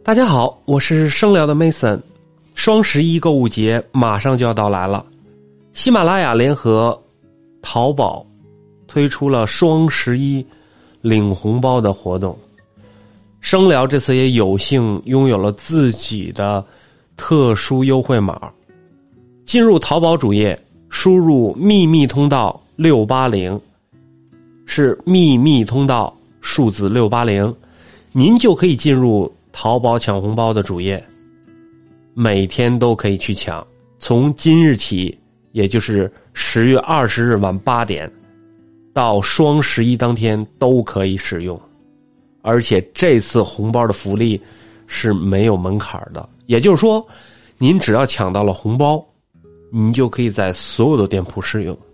大家好，我是生聊的 Mason。双11购物节马上就要到来了，喜马拉雅联合淘宝推出了双11领红包的活动。生聊这次也有幸拥有了自己的特殊优惠码，进入淘宝主页，输入秘密通道680，是秘密通道数字680，您就可以进入淘宝抢红包的主页，每天都可以去抢，从今日起，也就是10月20日晚8点到双11当天都可以使用。而且这次红包的福利是没有门槛的，也就是说您只要抢到了红包，您就可以在所有的店铺使用。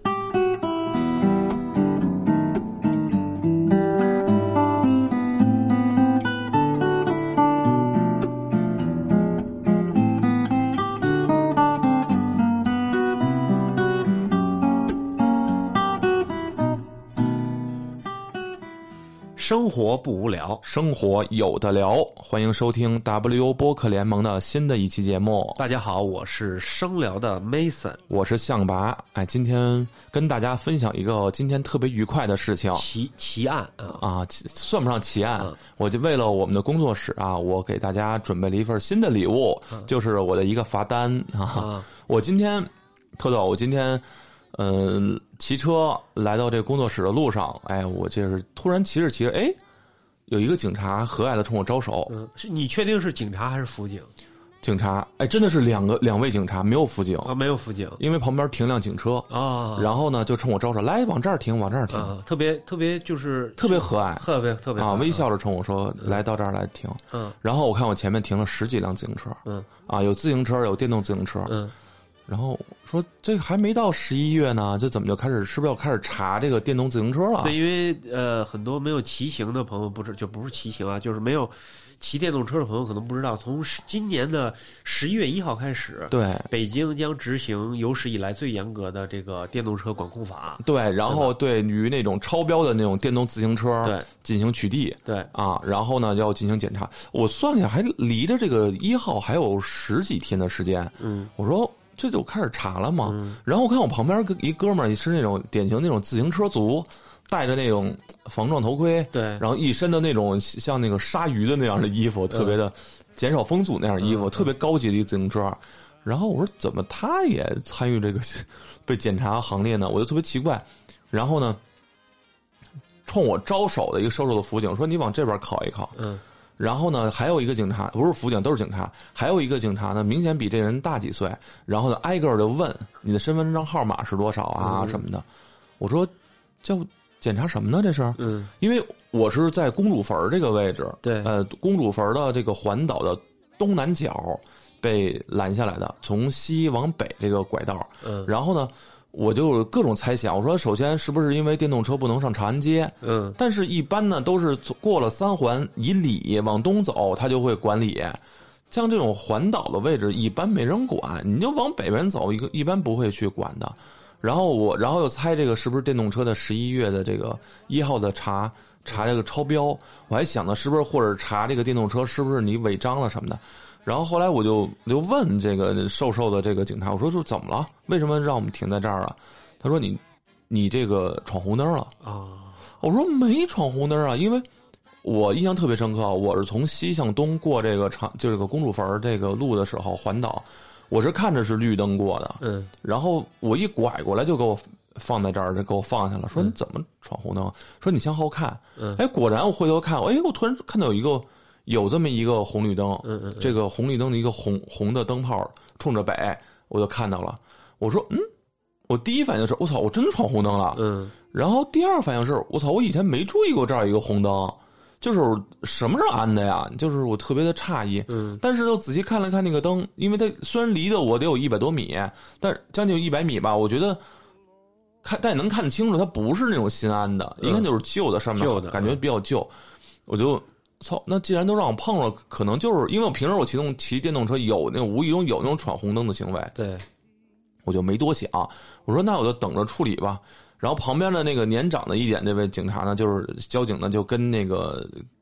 生活不无聊， 生活有的聊，欢迎收听 W 播客联盟的新的一期节目。 大家好，我是生聊的 Mason， 我是象拔。今天跟大家分享一个今天特别愉快的事情， 奇案算不上奇案。我就为了我们的工作室啊，我给大家准备了一份新的礼物，就是我的一个罚单啊。我今天特逗，我今天骑车来到这个工作室的路上，我就是突然骑着，有一个警察和蔼的冲我招手。 是你确定是警察还是辅警？ 警察，真的是两位警察，没有辅警啊，没有辅警， 因为旁边停辆警车啊， 然后呢就冲我招手，来往这儿停，往这儿停， 特别就是特别和蔼， 特别啊， 微笑着冲我说，来到这儿来停。然后我看我前面停了10几辆自行车，有自行车，有电动自行车，然后说这个还没到11月呢，这怎么就开始？是不是要开始查这个电动自行车了？ 对，因为很多没有骑行的朋友不是骑行啊，就是没有骑电动车的朋友可能不知道，从今年的11月1号开始， 对， 北京将执行有史以来最严格的这个电动车管控法。 对，然后对于那种超标的那种电动自行车，对，进行取缔， 对然后呢要进行检查。我算了一下，还离着这个1号还有10几天的时间。我说这就开始查了吗？然后我看我旁边一哥们儿是那种典型那种自行车族，戴着那种防撞头盔， 对， 然后一身的那种像那个鲨鱼的那样的衣服，特别的减少风阻那样的衣服，特别高级的一个自行车。然后我说怎么他也参与这个被检查行列呢？我就特别奇怪。然后呢，冲我招手的一个瘦瘦的辅警说：“你往这边靠一靠。”然后呢，还有一个警察，不是辅警，都是警察。还有一个警察呢，明显比这人大几岁。然后呢，挨个就问你的身份证号码是多少啊，什么的。我说叫检查什么呢？这是因为我是在公主坟这个位置， 对， 公主坟的这个环岛的东南角被拦下来的，从西往北这个拐道。然后呢，我就各种猜想，我说首先是不是因为电动车不能上长安街？但是一般呢都是过了3环以里往东走，他就会管理。像这种环岛的位置一般没人管，你就往北边走，一般不会去管的。然后又猜这个是不是电动车的11月的这个1号的查这个超标，我还想呢是不是或者查这个电动车是不是你违章了什么的。然后后来我就问这个瘦瘦的这个警察，我说这怎么了？为什么让我们停在这儿了？他说你这个闯红灯了啊！我说没闯红灯啊，因为我印象特别深刻，我是从西向东过这个就这个公主坟这个路的时候环岛，我是看着是绿灯过的，然后我一拐过来就给我放在这儿，就给我放下了，说你怎么闯红灯？说你向后看，果然我回头看，我突然看到有这么一个红绿灯，这个红绿灯的一个红的灯泡冲着北，我就看到了。我说我第一反应是我操，我真闯红灯了。然后第二反应是我操，我以前没注意过这儿有一个红灯，就是什么时候安的呀？就是我特别的诧异。但是又仔细看了看那个灯，因为它虽然离得我得有100多米，但将近有100米吧，我觉得但也能看得清楚，它不是那种新安的，一看就是旧的，上面感觉比较旧，我就。操！那既然都让我碰了，可能就是因为我平时我骑电动车有那种无意中有那种闯红灯的行为， 对， 我就没多想。我说那我就等着处理吧。然后旁边的那个年长的一点这位警察呢，就是交警呢，就跟那个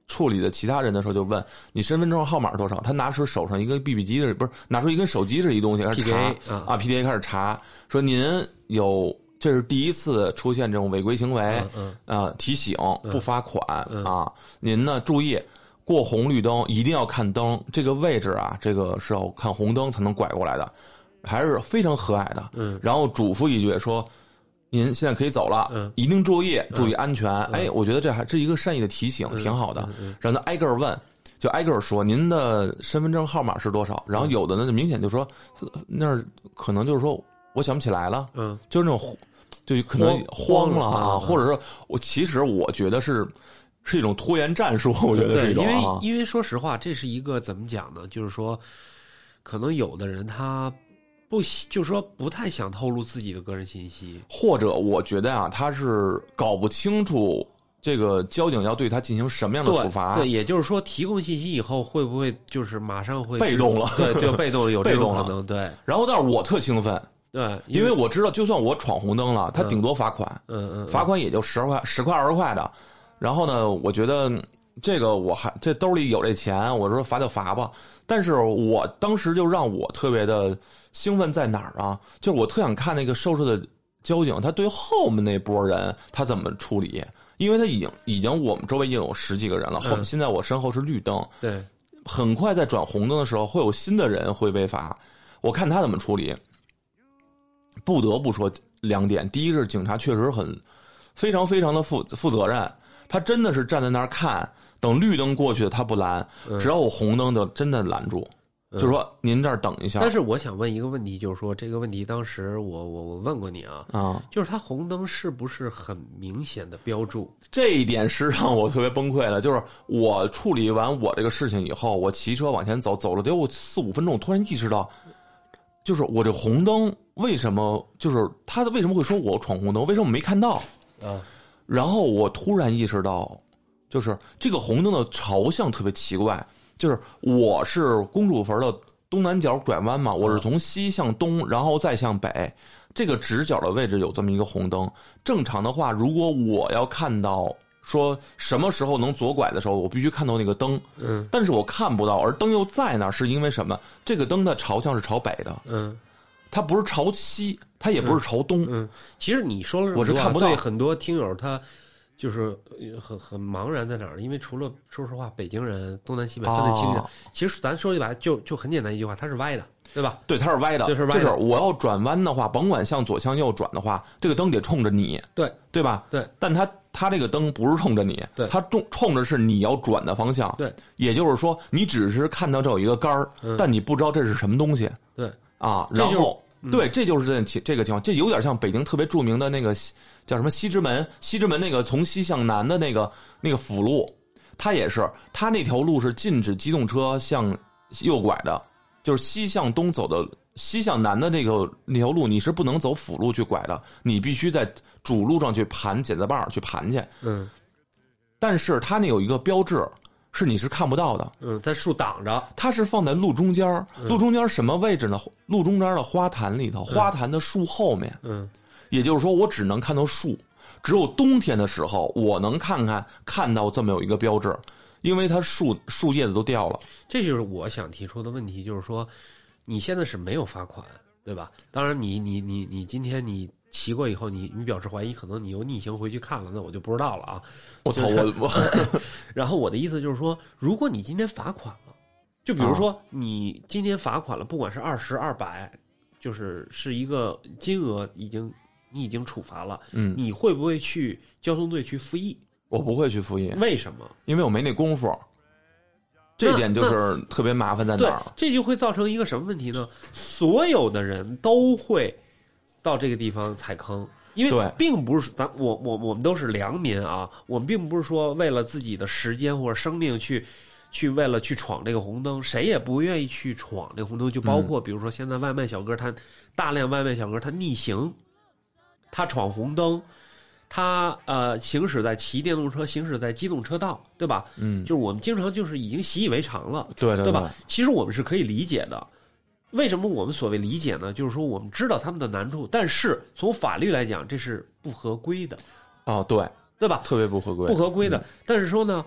处理的其他人的时候，就问你身份证号码多少？他拿出手上一个 BB 机的，不是拿出一根手机是一东西，开始查 PDA 开始查，说您有这是第一次出现这种违规行为，提醒不罚款啊，您呢注意过红绿灯一定要看灯，这个位置啊，这个是要看红灯才能拐过来的，还是非常和蔼的。然后嘱咐一句说。您现在可以走了，一定注意安全。我觉得这还是一个善意的提醒，挺好的。让他挨个问，就挨个说您的身份证号码是多少。然后有的呢，就明显就说那可能就是说我想不起来了，就是那种就可能慌了啊，或者说其实我觉得是一种拖延战术，我觉得是一种因为说实话，这是一个怎么讲呢？就是说，可能有的人他。就是说不太想透露自己的个人信息， 或者我觉得啊，他是搞不清楚这个交警要对他进行什么样的处罚。 对，也就是说，提供信息以后会不会就是马上会被动了？ 对，就被动了，有这种可能。对， 然后但是我特兴奋， 对， 因为我知道，就算我闯红灯了，他顶多罚款，罚款也就10块、20块的。然后呢，我觉得。这个我还这兜里有这钱，我说罚就罚吧。但是我当时就让我特别的兴奋在哪儿啊？就是我特想看那个收拾的交警，他对后面那波人他怎么处理？因为他已经我们周围已经有10几个人了，现在我身后是绿灯， 对， 很快在转红灯的时候会有新的人会被罚，我看他怎么处理。不得不说2点，第一个是警察确实非常非常的负责任，他真的是站在那儿看。等绿灯过去的他不拦，只要有红灯的真的拦住，就是说您这儿等一下。 但是我想问一个问题，就是说这个问题当时我问过你啊，就是它红灯是不是很明显的标注？ 这一点是让我特别崩溃了。就是我处理完我这个事情以后，我骑车往前走了得有4、5分钟，突然意识到，就是我这红灯为什么就是他为什么会说我闯红灯？为什么我没看到？然后我突然意识到。就是这个红灯的朝向特别奇怪，就是我是公主坟的东南角拐弯嘛，我是从西向东，然后再向北，这个直角的位置有这么一个红灯。正常的话，如果我要看到说什么时候能左拐的时候，我必须看到那个灯，但是我看不到，而灯又在那儿，是因为什么？这个灯的朝向是朝北的，它不是朝西，它也不是朝东。 其实你说了， 我是看不到。 对很多听友他。就是很茫然在哪儿？因为除了说实话，北京人东南西北分得清楚。其实咱说一把就很简单一句话，它是歪的，对吧？ 对，它是歪的， 就是歪的。 就是我要转弯的话，甭管向左向右转的话，这个灯得冲着你，对吧？ 对。 但它这个灯不是冲着你， 对， 它冲着是你要转的方向。 对， 也就是说，你只是看到这有一个杆儿，但你不知道这是什么东西。 对啊，然后。对，这就是这个情况，这有点像北京特别著名的那个叫什么西直门那个从西向南的那个辅路，它也是，它那条路是禁止机动车向右拐的，就是西向东走的，西向南的那条路你是不能走辅路去拐的，你必须在主路上去盘剪子棒去盘去。但是它那有一个标志。是你是看不到的， 在树挡着， 它是放在路中间，路中间什么位置呢？路中间的花坛里头，花坛的树后面，也就是说我只能看到树，只有冬天的时候我能看到这么有一个标志，因为它树叶子都掉了。 这就是我想提出的问题，就是说你现在是没有罚款，对吧？当然你今天你骑过以后，你表示怀疑，可能你又逆行回去看了，那我就不知道了啊。 我操， 然后我的意思就是说，如果你今天罚款了，就比如说你今天罚款了，不管是20、200，就是一个金额你已经处罚了，你会不会去交通队去复议？ 我不会去复议。 为什么？ 因为我没那功夫。这点就是特别麻烦在哪儿？ 这就会造成一个什么问题呢？所有的人都会到这个地方踩坑，因为并不是我们都是良民啊，我们并不是说为了自己的时间或者生命去为了去闯这个红灯，谁也不愿意去闯这个红灯。就包括比如说现在外卖小哥，他大量外卖小哥他逆行，他闯红灯，他行驶在骑电动车，行驶在机动车道，对吧？就是我们经常就是已经习以为常了，对吧？其实我们是可以理解的。为什么我们所谓理解呢？就是说我们知道他们的难处，但是从法律来讲，这是不合规的。 哦，对吧？ 特别不合规， 不合规的。但是说呢，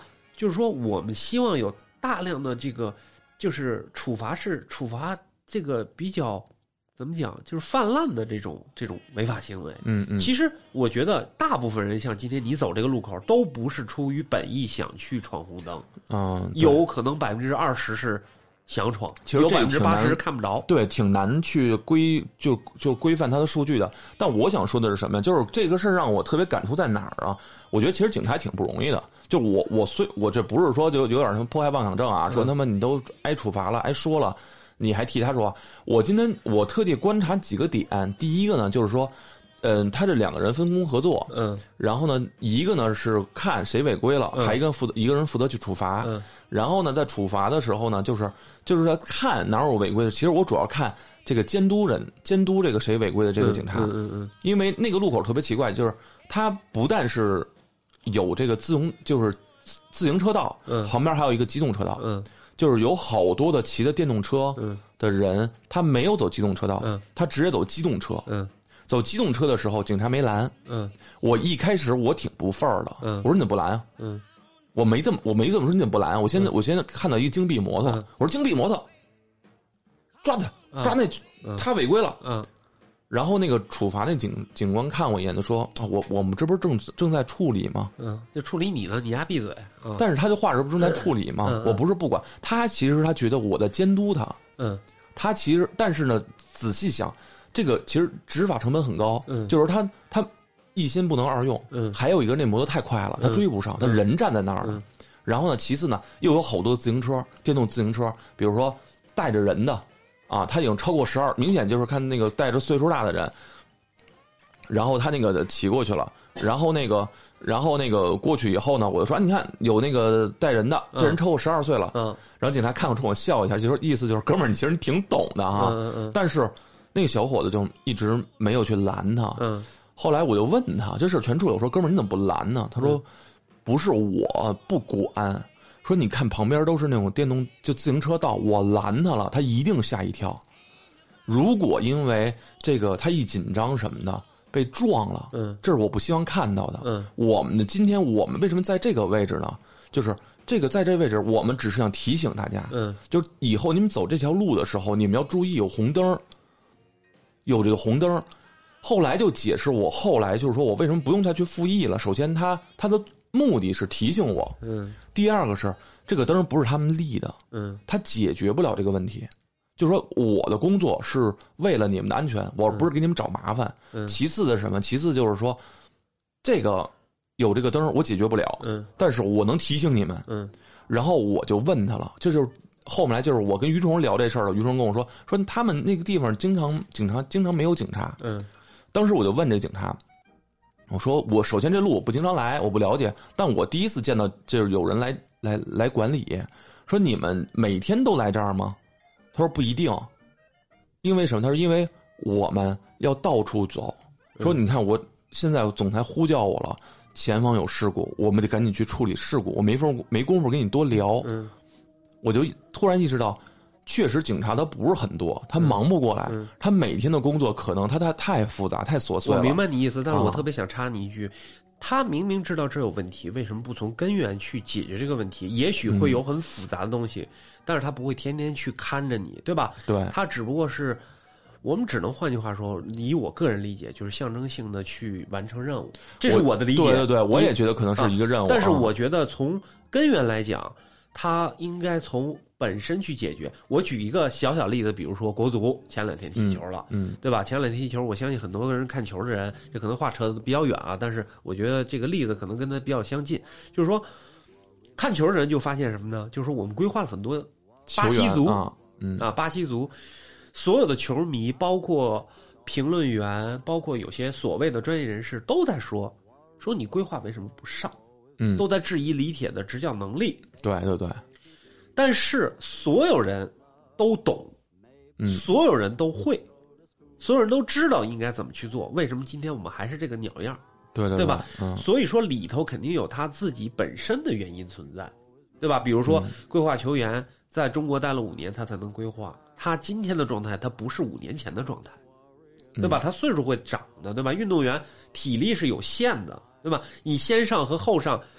就是说我们希望有大量的这个就是处罚这个比较怎么讲，就是泛滥的这种违法行为。其实我觉得大部分人像今天你走这个路口，都不是出于本意想去闯红灯。有可能20%是想闯， 其实有80%是看不着。 对，挺难去规范它的数据的。但我想说的是什么呀？就是这个事儿让我特别感触在哪儿啊？我觉得其实警察挺不容易的。就我这不是说就有点什么迫害妄想症啊，说他们你都挨处罚了，挨说了，你还替他说。我今天我特地观察几个点，第一个呢就是说，他这2个人分工合作，然后呢，一个呢是看谁违规了，还一个人负责去处罚，然后呢，在处罚的时候呢，就是在看哪有违规的。其实我主要看这个监督这个谁违规的这个警察，因为那个路口特别奇怪，就是他不但是有这个自行车道，旁边还有一个机动车道，就是有好多的骑的电动车的人，他没有走机动车道，他直接走机动车，走机动车的时候，警察没拦。我一开始我挺不忿儿的，我说你怎么不拦啊？我没这么说你怎么不拦啊？我现在看到一个京 B 摩托，我说京 B 摩托，抓他，抓他违规了。然后那个处罚那警官看我一眼就说啊，我们这不是正在处理吗？ 就处理你呢，你丫闭嘴。 但是他的话是不是正在处理吗？我不是不管他，其实他觉得我在监督他。他其实但是呢，仔细想。这个其实执法成本很高，就是他一心不能二用，还有一个那摩托太快了，他追不上，他人站在那儿了。然后呢，其次呢，又有好多自行车，电动自行车，比如说带着人的啊，他已经超过12，明显就是看那个带着岁数大的人，然后他那个骑过去了，然后那个过去以后呢，我就说，你看有那个带人的，这人超过12岁了，然后警察看我冲我笑一下，就说意思就是哥们儿，你其实你挺懂的哈，但是。那个小伙子就一直没有去拦他。后来我就问他，这事全处理，我说哥们儿你怎么不拦呢？他说不是我不管，说你看旁边都是那种电动就自行车道，我拦他了，他一定吓一跳。如果因为这个他一紧张什么的被撞了，这是我不希望看到的。今天我们为什么在这个位置呢？就是这个在这位置，我们只是想提醒大家，就以后你们走这条路的时候，你们要注意有红灯。有这个红灯，后来就解释我后来就是说我为什么不用再去复议了。首先他的目的是提醒我，第二个是这个灯不是他们立的，他解决不了这个问题。就是说我的工作是为了你们的安全，我不是给你们找麻烦。其次的什么？其次就是说这个有这个灯我解决不了，但是我能提醒你们。然后我就问他了，这就是。后面来就是我跟于崇聊这事儿了，于崇跟我说他们那个地方警察经常没有警察。当时我就问这警察，我说我首先这路我不经常来，我不了解，但我第一次见到就是有人来管理，说你们每天都来这儿吗？他说不一定，因为什么？他说因为我们要到处走，说你看我现在总裁呼叫我了，前方有事故，我们得赶紧去处理事故，我没工夫跟你多聊。我就突然意识到，确实警察他不是很多，他忙不过来，他每天的工作可能他太复杂太琐碎了。 我明白你意思，但是我特别想插你一句，他明明知道这有问题，为什么不从根源去解决这个问题？也许会有很复杂的东西，但是他不会天天去看着你，对吧？ 对， 他只不过是，我们只能换句话说，以我个人理解，就是象征性的去完成任务，这是我的理解。 对，我也觉得可能是一个任务。 但是我觉得从根源来讲，他应该从本身去解决。我举一个小小例子，比如说国足前2天踢球了，对吧？前2天踢球，我相信很多人看球的人，这可能话扯得比较远啊，但是我觉得这个例子可能跟他比较相近。就是说，看球的人就发现什么呢？就是说我们规划了很多巴西族巴西族，所有的球迷，包括评论员，包括有些所谓的专业人士，都在说你规划为什么不上？都在质疑李铁的执教能力。 对， 但是所有人都懂，所有人都会，所有人都知道应该怎么去做。为什么今天我们还是这个鸟样？对吧？所以说里头肯定有他自己本身的原因存在，对吧？比如说规划球员在中国待了5年，他才能规划。他今天的状态，他不是5年前的状态，对吧？他岁数会长的，对吧？运动员体力是有限的，对吧？你先上和后上，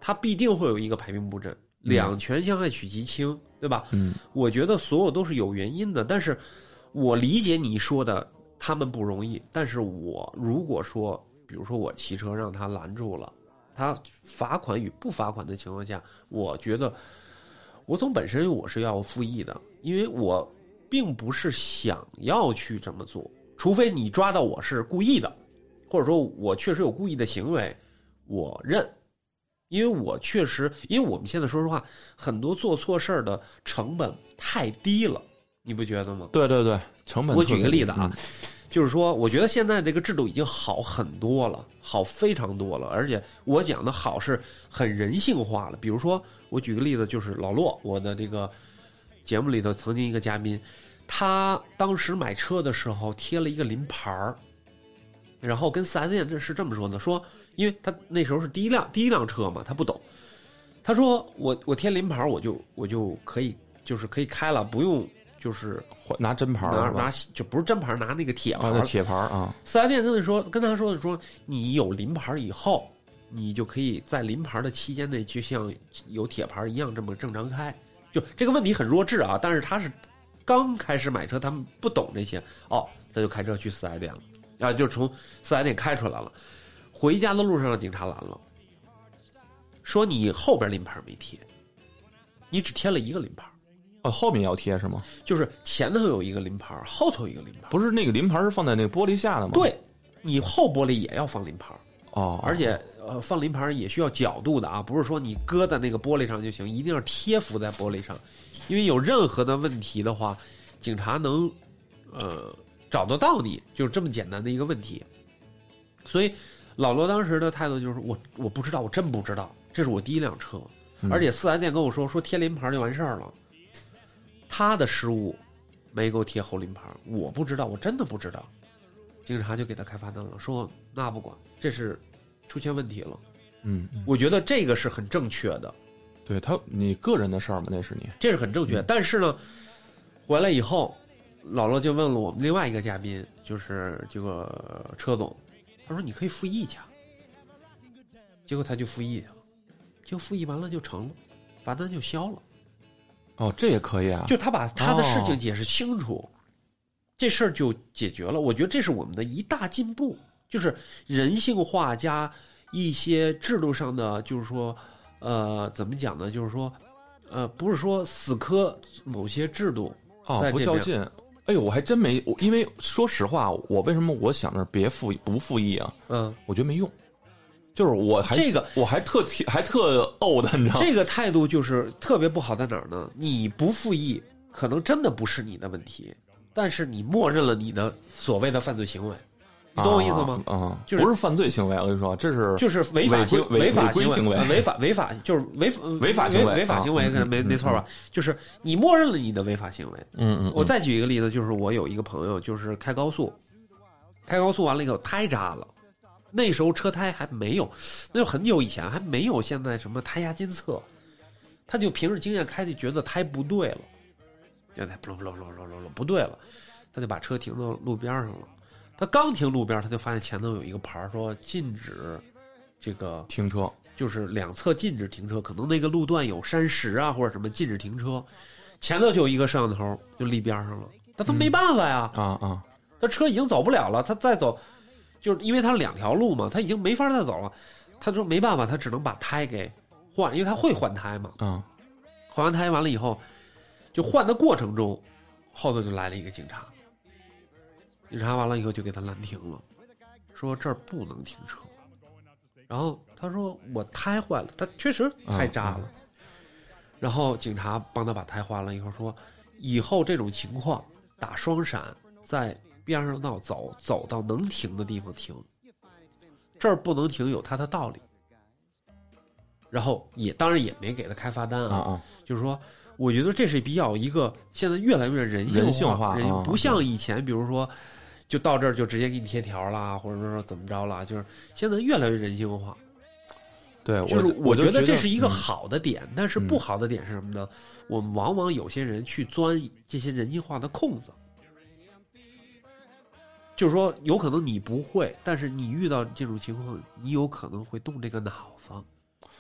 他必定会有一个排兵布阵，两权相害取其轻，对吧？我觉得所有都是有原因的，但是我理解你说的他们不容易，但是我如果说比如说我骑车让他拦住了，他罚款与不罚款的情况下，我觉得我从本身我是要负义的，因为我并不是想要去这么做，除非你抓到我是故意的，或者说我确实有故意的行为，我认。因为我确实，因为我们现在说实话，很多做错事儿的成本太低了，你不觉得吗？ 对对对，成本。 我举个例子啊，就是说，我觉得现在这个制度已经好很多了，好非常多了，而且我讲的好是很人性化了。比如说，我举个例子，就是老骆，我的这个节目里头曾经一个嘉宾，他当时买车的时候贴了一个临牌儿，然后跟4S店这是这么说的，说。因为他那时候是第一辆车嘛，他不懂。他说我贴临牌我就可以就是可以开了，不用就是拿真牌拿就不是真牌，拿那个铁牌铁牌啊。 4S店跟他说的说，你有临牌以后，你就可以在临牌的期间内，就像有铁牌一样这么正常开。就这个问题很弱智啊，但是他是刚开始买车，他们不懂这些哦，他就开车去4S店了，然后就从4S店开出来了。回家的路上让警察拦了，说你后边临牌没贴，你只贴了一个临牌。 哦，后面要贴是吗？ 就是前头有一个临牌，后头有一个临牌。 不是那个临牌是放在那个玻璃下的吗？ 对，你后玻璃也要放临牌。 哦， 而且放临牌也需要角度的啊，不是说你搁在那个玻璃上就行，一定要贴附在玻璃上，因为有任何的问题的话，警察能找得到你，就是这么简单的一个问题。所以老罗当时的态度就是我不知道，我真不知道，这是我第一辆车，而且4S店跟我说贴临牌就完事儿了，他的失误没给我贴后临牌，我不知道，我真的不知道。警察就给他开罚单了，说那不管，这是出现问题了。我觉得这个是很正确的。 对他，你个人的事儿嘛，那是你， 这是很正确。但是呢，回来以后，老罗就问了我们另外一个嘉宾，就是这个车总，他说你可以复议去，结果他就复议去了，结果复议完了就成了，罚单就消了。 哦，这也可以啊， 就他把他的事情解释清楚，这事儿就解决了。我觉得这是我们的一大进步，就是人性化加一些制度上的，就是说，怎么讲呢？就是说，不是说死磕某些制度不较劲。哎呦，我还真没，因为说实话，我为什么我想着不复议啊？我觉得没用。就是我还特怄的，你知道吗？ 这个态度就是特别不好在哪儿呢？你不复议，可能真的不是你的问题，但是你默认了你的所谓的犯罪行为，你懂我意思吗？就是不是犯罪行为，我跟你说，这是就是违法行为，违法就是违法行为，没错吧？就是你默认了你的违法行为。我再举一个例子，就是我有一个朋友，就是开高速完了以后胎扎了。那时候车胎还没有，那就很久以前还没有现在什么胎压监测，他就凭着经验开就觉得胎不对了，现在不对了，他就把车停到路边上了。他刚停路边，他就发现前头有一个牌说禁止这个停车， 就是两侧禁止停车，可能那个路段有山石啊或者什么禁止停车，前头就有一个摄像头就立边上了，但他没办法呀，他车已经走不了了，他再走。就是因为他两条路嘛，他已经没法再走了，他说没办法，他只能把胎给换，因为他会换胎嘛。换完胎完了以后，就换的过程中，后头就来了一个警察，警察完了以后就给他拦停了，说这儿不能停车。然后他说我胎坏了，他确实胎扎了。然后警察帮他把胎换了以后说，以后这种情况打双闪在边上道走到能停的地方停，这儿不能停有它的道理。然后当然也没给他开罚单就是说我觉得这是比较一个现在越来越人性化，不像以前比如说就到这儿就直接给你贴条啦，或者说怎么着啦，就是现在越来越人性化。 对， 就是我觉得这是一个好的点，但是不好的点是什么呢？我们往往有些人去钻这些人性化的空子。就是说有可能你不会，但是你遇到这种情况你有可能会动这个脑子。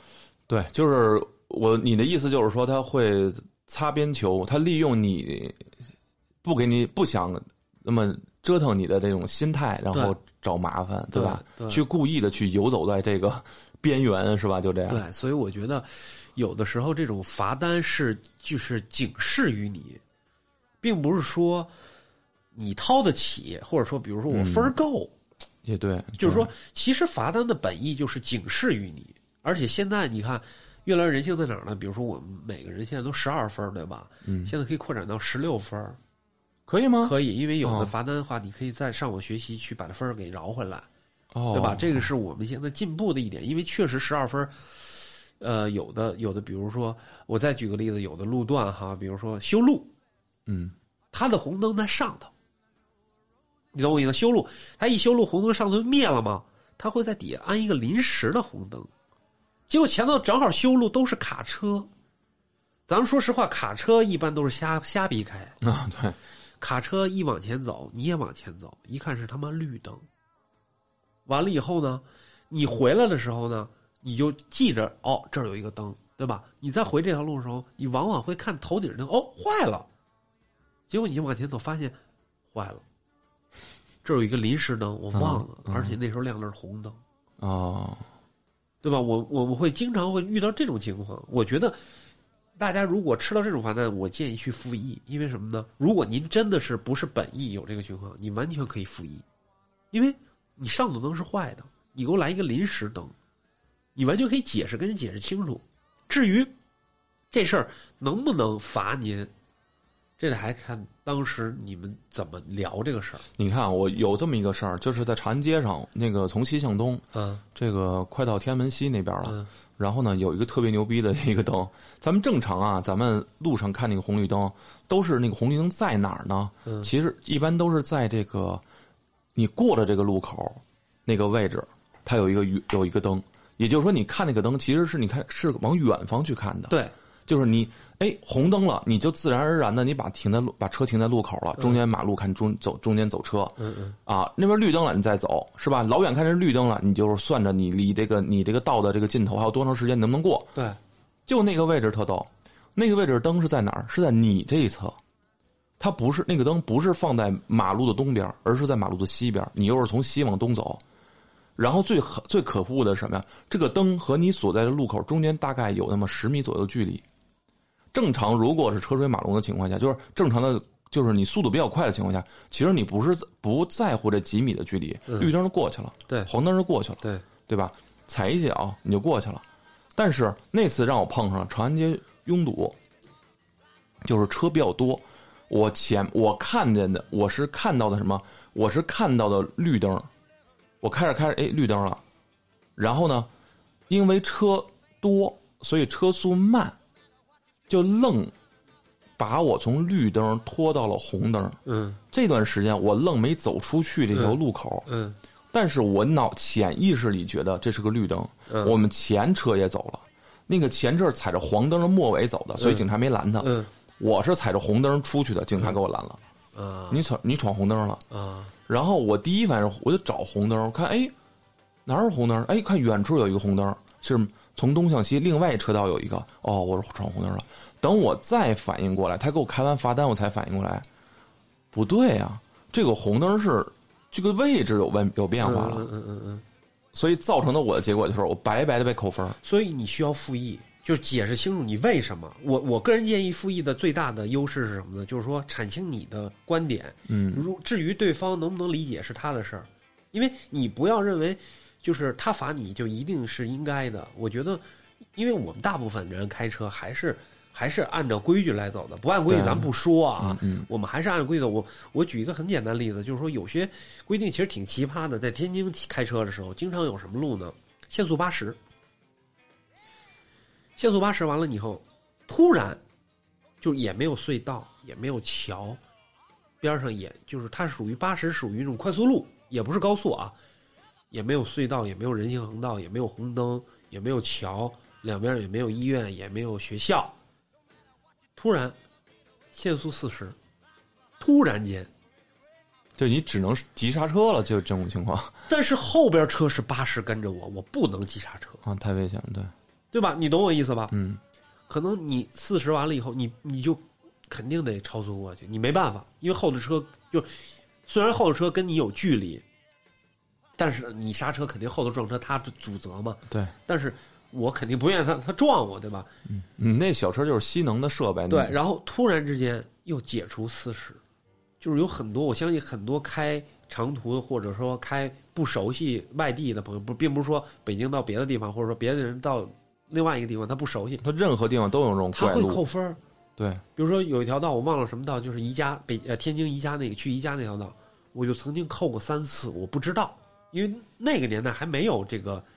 对，就是你的意思就是说他会擦边球，他利用你不想那么折腾你的这种心态，然后找麻烦，对吧？ 对， 去故意的去游走在这个边缘，是吧？就这样。 对，所以我觉得有的时候这种罚单就是警示于你，并不是说你掏得起，或者说比如说我分够。 也对， 就是说，其实罚单的本意就是警示于你，而且现在你看，越来越人性在哪儿呢？比如说我们每个人现在都12分，对吧？现在可以扩展到16分， 可以吗？ 可以，因为有的罚单的话，你可以再上网学习去把这分给饶回来，对吧？这个是我们现在进步的一点，因为确实12分，有的，比如说我再举个例子，有的路段哈，比如说修路，它的红灯在上头。你懂我意思？修路，他一修路，红灯上头灭了吗？他会在底下安一个临时的红灯。结果前头正好修路都是卡车，咱们说实话，卡车一般都是瞎逼开啊。对， 卡车一往前走，你也往前走，一看是他妈绿灯。完了以后呢，你回来的时候呢，你就记着哦，这儿有一个灯，对吧？你再回这条路的时候，你往往会看头顶灯，哦，坏了。结果你就往前走，发现坏了。这有一个临时灯，我忘了，而且那时候亮的是红灯，对吧？我们会经常会遇到这种情况。我觉得大家如果吃到这种罚单，我建议去复议，因为什么呢？如果您真的是不是本意有这个情况，你完全可以复议，因为你上头灯是坏的，你给我来一个临时灯，你完全可以解释，跟人解释清楚。至于这事儿能不能罚您？这得还看当时你们怎么聊这个事儿。 你看，我有这么一个事儿，就是在长安街上，那个从西向东，这个快到天安门西那边了。然后呢，有一个特别牛逼的一个灯。咱们正常啊，咱们路上看那个红绿灯，都是那个红绿灯在哪儿呢？其实一般都是在这个你过了这个路口那个位置，它有一个灯。也就是说，你看那个灯，其实是你看是往远方去看的。 对。 就是你，红灯了，你就自然而然的，你把车停在路口了，中间马路看中间走车，那边绿灯了，你再走，是吧？老远看是绿灯了，你就是算着你离你这个道的这个尽头还有多长时间，能不能过？ 对， 就那个位置特逗，那个位置灯是在哪儿？是在你这一侧，它不是那个灯不是放在马路的东边，而是在马路的西边，你又是从西往东走。然后最可恶的是什么呀？这个灯和你所在的路口中间大概有那么10米左右的距离。正常，如果是车水马龙的情况下，就是正常的，就是你速度比较快的情况下，其实你不在乎这几米的距离，绿灯就过去了， 对， 黄灯就过去了，对吧？踩一脚你就过去了。但是那次让我碰上长安街拥堵，就是车比较多，我看见的，我是看到的什么？我是看到的绿灯，我开着绿灯了，然后呢，因为车多，所以车速慢。就愣把我从绿灯拖到了红灯。这段时间我愣没走出去这条路口。但是我潜意识里觉得这是个绿灯。我们前车也走了，那个前车踩着黄灯的末尾走的，所以警察没拦他。我是踩着红灯出去的，警察给我拦了。你闯红灯了。然后我第一反应我就找红灯，看哪有红灯？看远处有一个红灯，是从东向西，另外车道有一个。我说闯红灯了。等我再反应过来，他给我开完罚单，我才反应过来，不对啊，这个红灯是这个位置有变化了。所以造成的我的结果就是我白白的被扣分。 所以你需要复议，就是解释清楚你为什么。我个人建议复议的最大的优势是什么呢？就是说阐清你的观点。至于对方能不能理解是他的事儿，因为你不要认为就是他罚你就一定是应该的。我觉得，因为我们大部分人开车还是按照规矩来走的，不按规矩咱不说啊。我们还是按照规矩。我举一个很简单的例子，就是说有些规定其实挺奇葩的。在天津开车的时候，经常有什么路呢？限速80，限速80完了以后，突然就也没有隧道，也没有桥，边上也就是它属于80，属于那种快速路，也不是高速啊，也没有隧道，也没有人行横道，也没有红灯，也没有桥，两边也没有医院，也没有学校。突然限速40，突然间就你只能急刹车了，就这种情况。 但是后边车是80跟着我不能急刹车太危险了。 对吧？你懂我意思吧？ 嗯， 可能你40完了以后，你就肯定得超速过去，你没办法，因为后头车就虽然后头车跟你有距离，但是你刹车肯定后头撞车他主责嘛。 对， 但是我肯定不愿意他撞我，对吧？ 你那小车就是吸能的设备。 对，然后突然之间又解除40，就是有很多，我相信很多开长途或者说开不熟悉外地的朋友，并不是说北京到别的地方，或者说别的人到另外一个地方他不熟悉， 他任何地方都有这种怪路， 他会扣分。 对， 比如说有一条道我忘了什么道，就是天津宜家那个去宜家那条道，我就曾经扣过3次，我不知道，因为那个年代还没有这个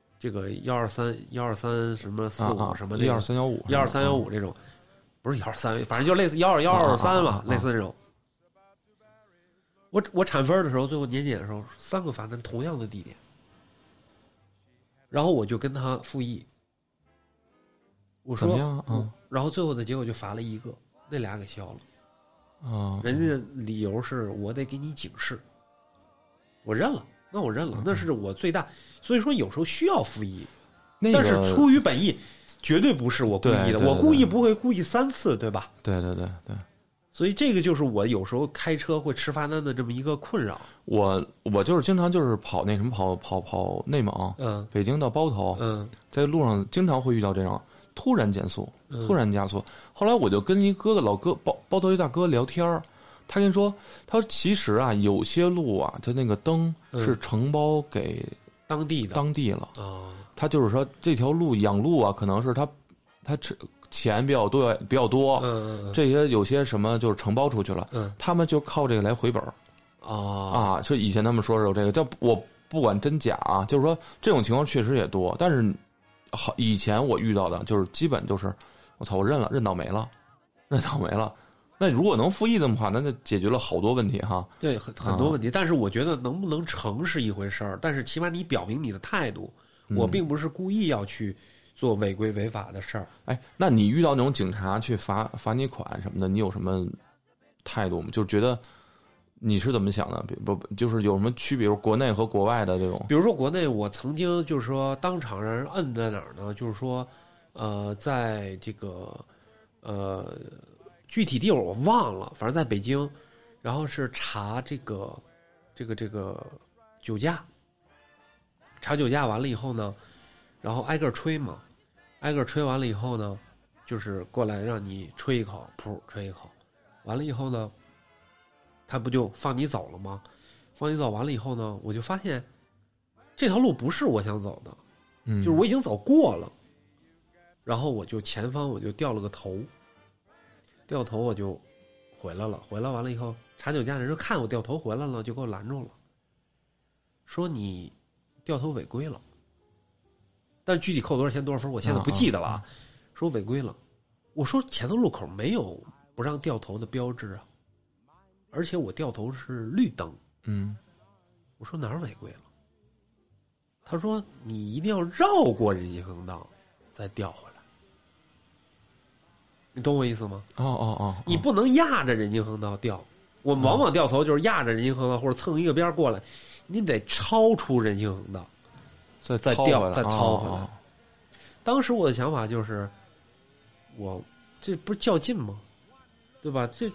123什么45什么那个12315这种，不是123，反正就类似12123嘛，类似这种。我产分的时候，最后年检的时候，3个罚单同样的地点，然后我就跟他复议，我说怎么样然后最后的结果就罚了1个，那俩给消了。 啊， 人家的理由是我得给你警示，我认了，那我认了，那是我最大，所以说有时候需要复议，但是出于本意，绝对不是我故意的，我故意不会故意3次，对吧？ 对， 所以这个就是我有时候开车会吃罚单的这么一个困扰。 我就是经常就是跑那什么跑内蒙，北京到包头，在路上经常会遇到这种突然减速，突然加速。后来我就跟一老哥包头一大哥聊天，他跟你说，他说其实啊，有些路啊，他那个灯是承包给当地了啊。他就是说这条路养路啊，可能是他钱比较多，这些有些什么就是承包出去了，他们就靠这个来回本啊。说以前他们说是有这个，但我不管真假啊，就是说这种情况确实也多，但是好以前我遇到的就是基本就是我操，我认倒霉了。那如果能复议的话，那就解决了好多问题哈。 对，很多问题，但是我觉得能不能成是一回事儿，但是起码你表明你的态度，我并不是故意要去做违规违法的事儿。 哎，那你遇到那种警察去罚你款什么的，你有什么态度吗？就是觉得你是怎么想的？不，就是有什么区别？比如国内和国外的这种。 比如说国内，我曾经就是说当场让人摁在哪儿呢？就是说，在这个具体地方我忘了，反正在北京，然后是查这个酒驾，查酒驾完了以后呢，然后挨个吹嘛。挨个吹完了以后呢，就是过来让你吹一口，噗，吹一口，完了以后呢，他不就放你走了吗？放你走完了以后呢，我就发现这条路不是我想走的，就是我已经走过了，然后我就前方我就掉了个头，掉头我就回来了，回来完了以后，查酒驾的人看我掉头回来了，就给我拦住了，说你掉头违规了。但是具体扣多少钱多少分我现在不记得了啊。说违规了，我说前头路口没有不让掉头的标志啊，而且我掉头是绿灯。我说哪儿违规了？他说你一定要绕过人行横道再掉回来，你懂我意思吗？你不能压着人行横道掉，我们往往掉头就是压着人行横道或者蹭一个边过来，你得超出人行横道再掉再掏回来。当时我的想法就是，我这不是较劲吗？对吧？这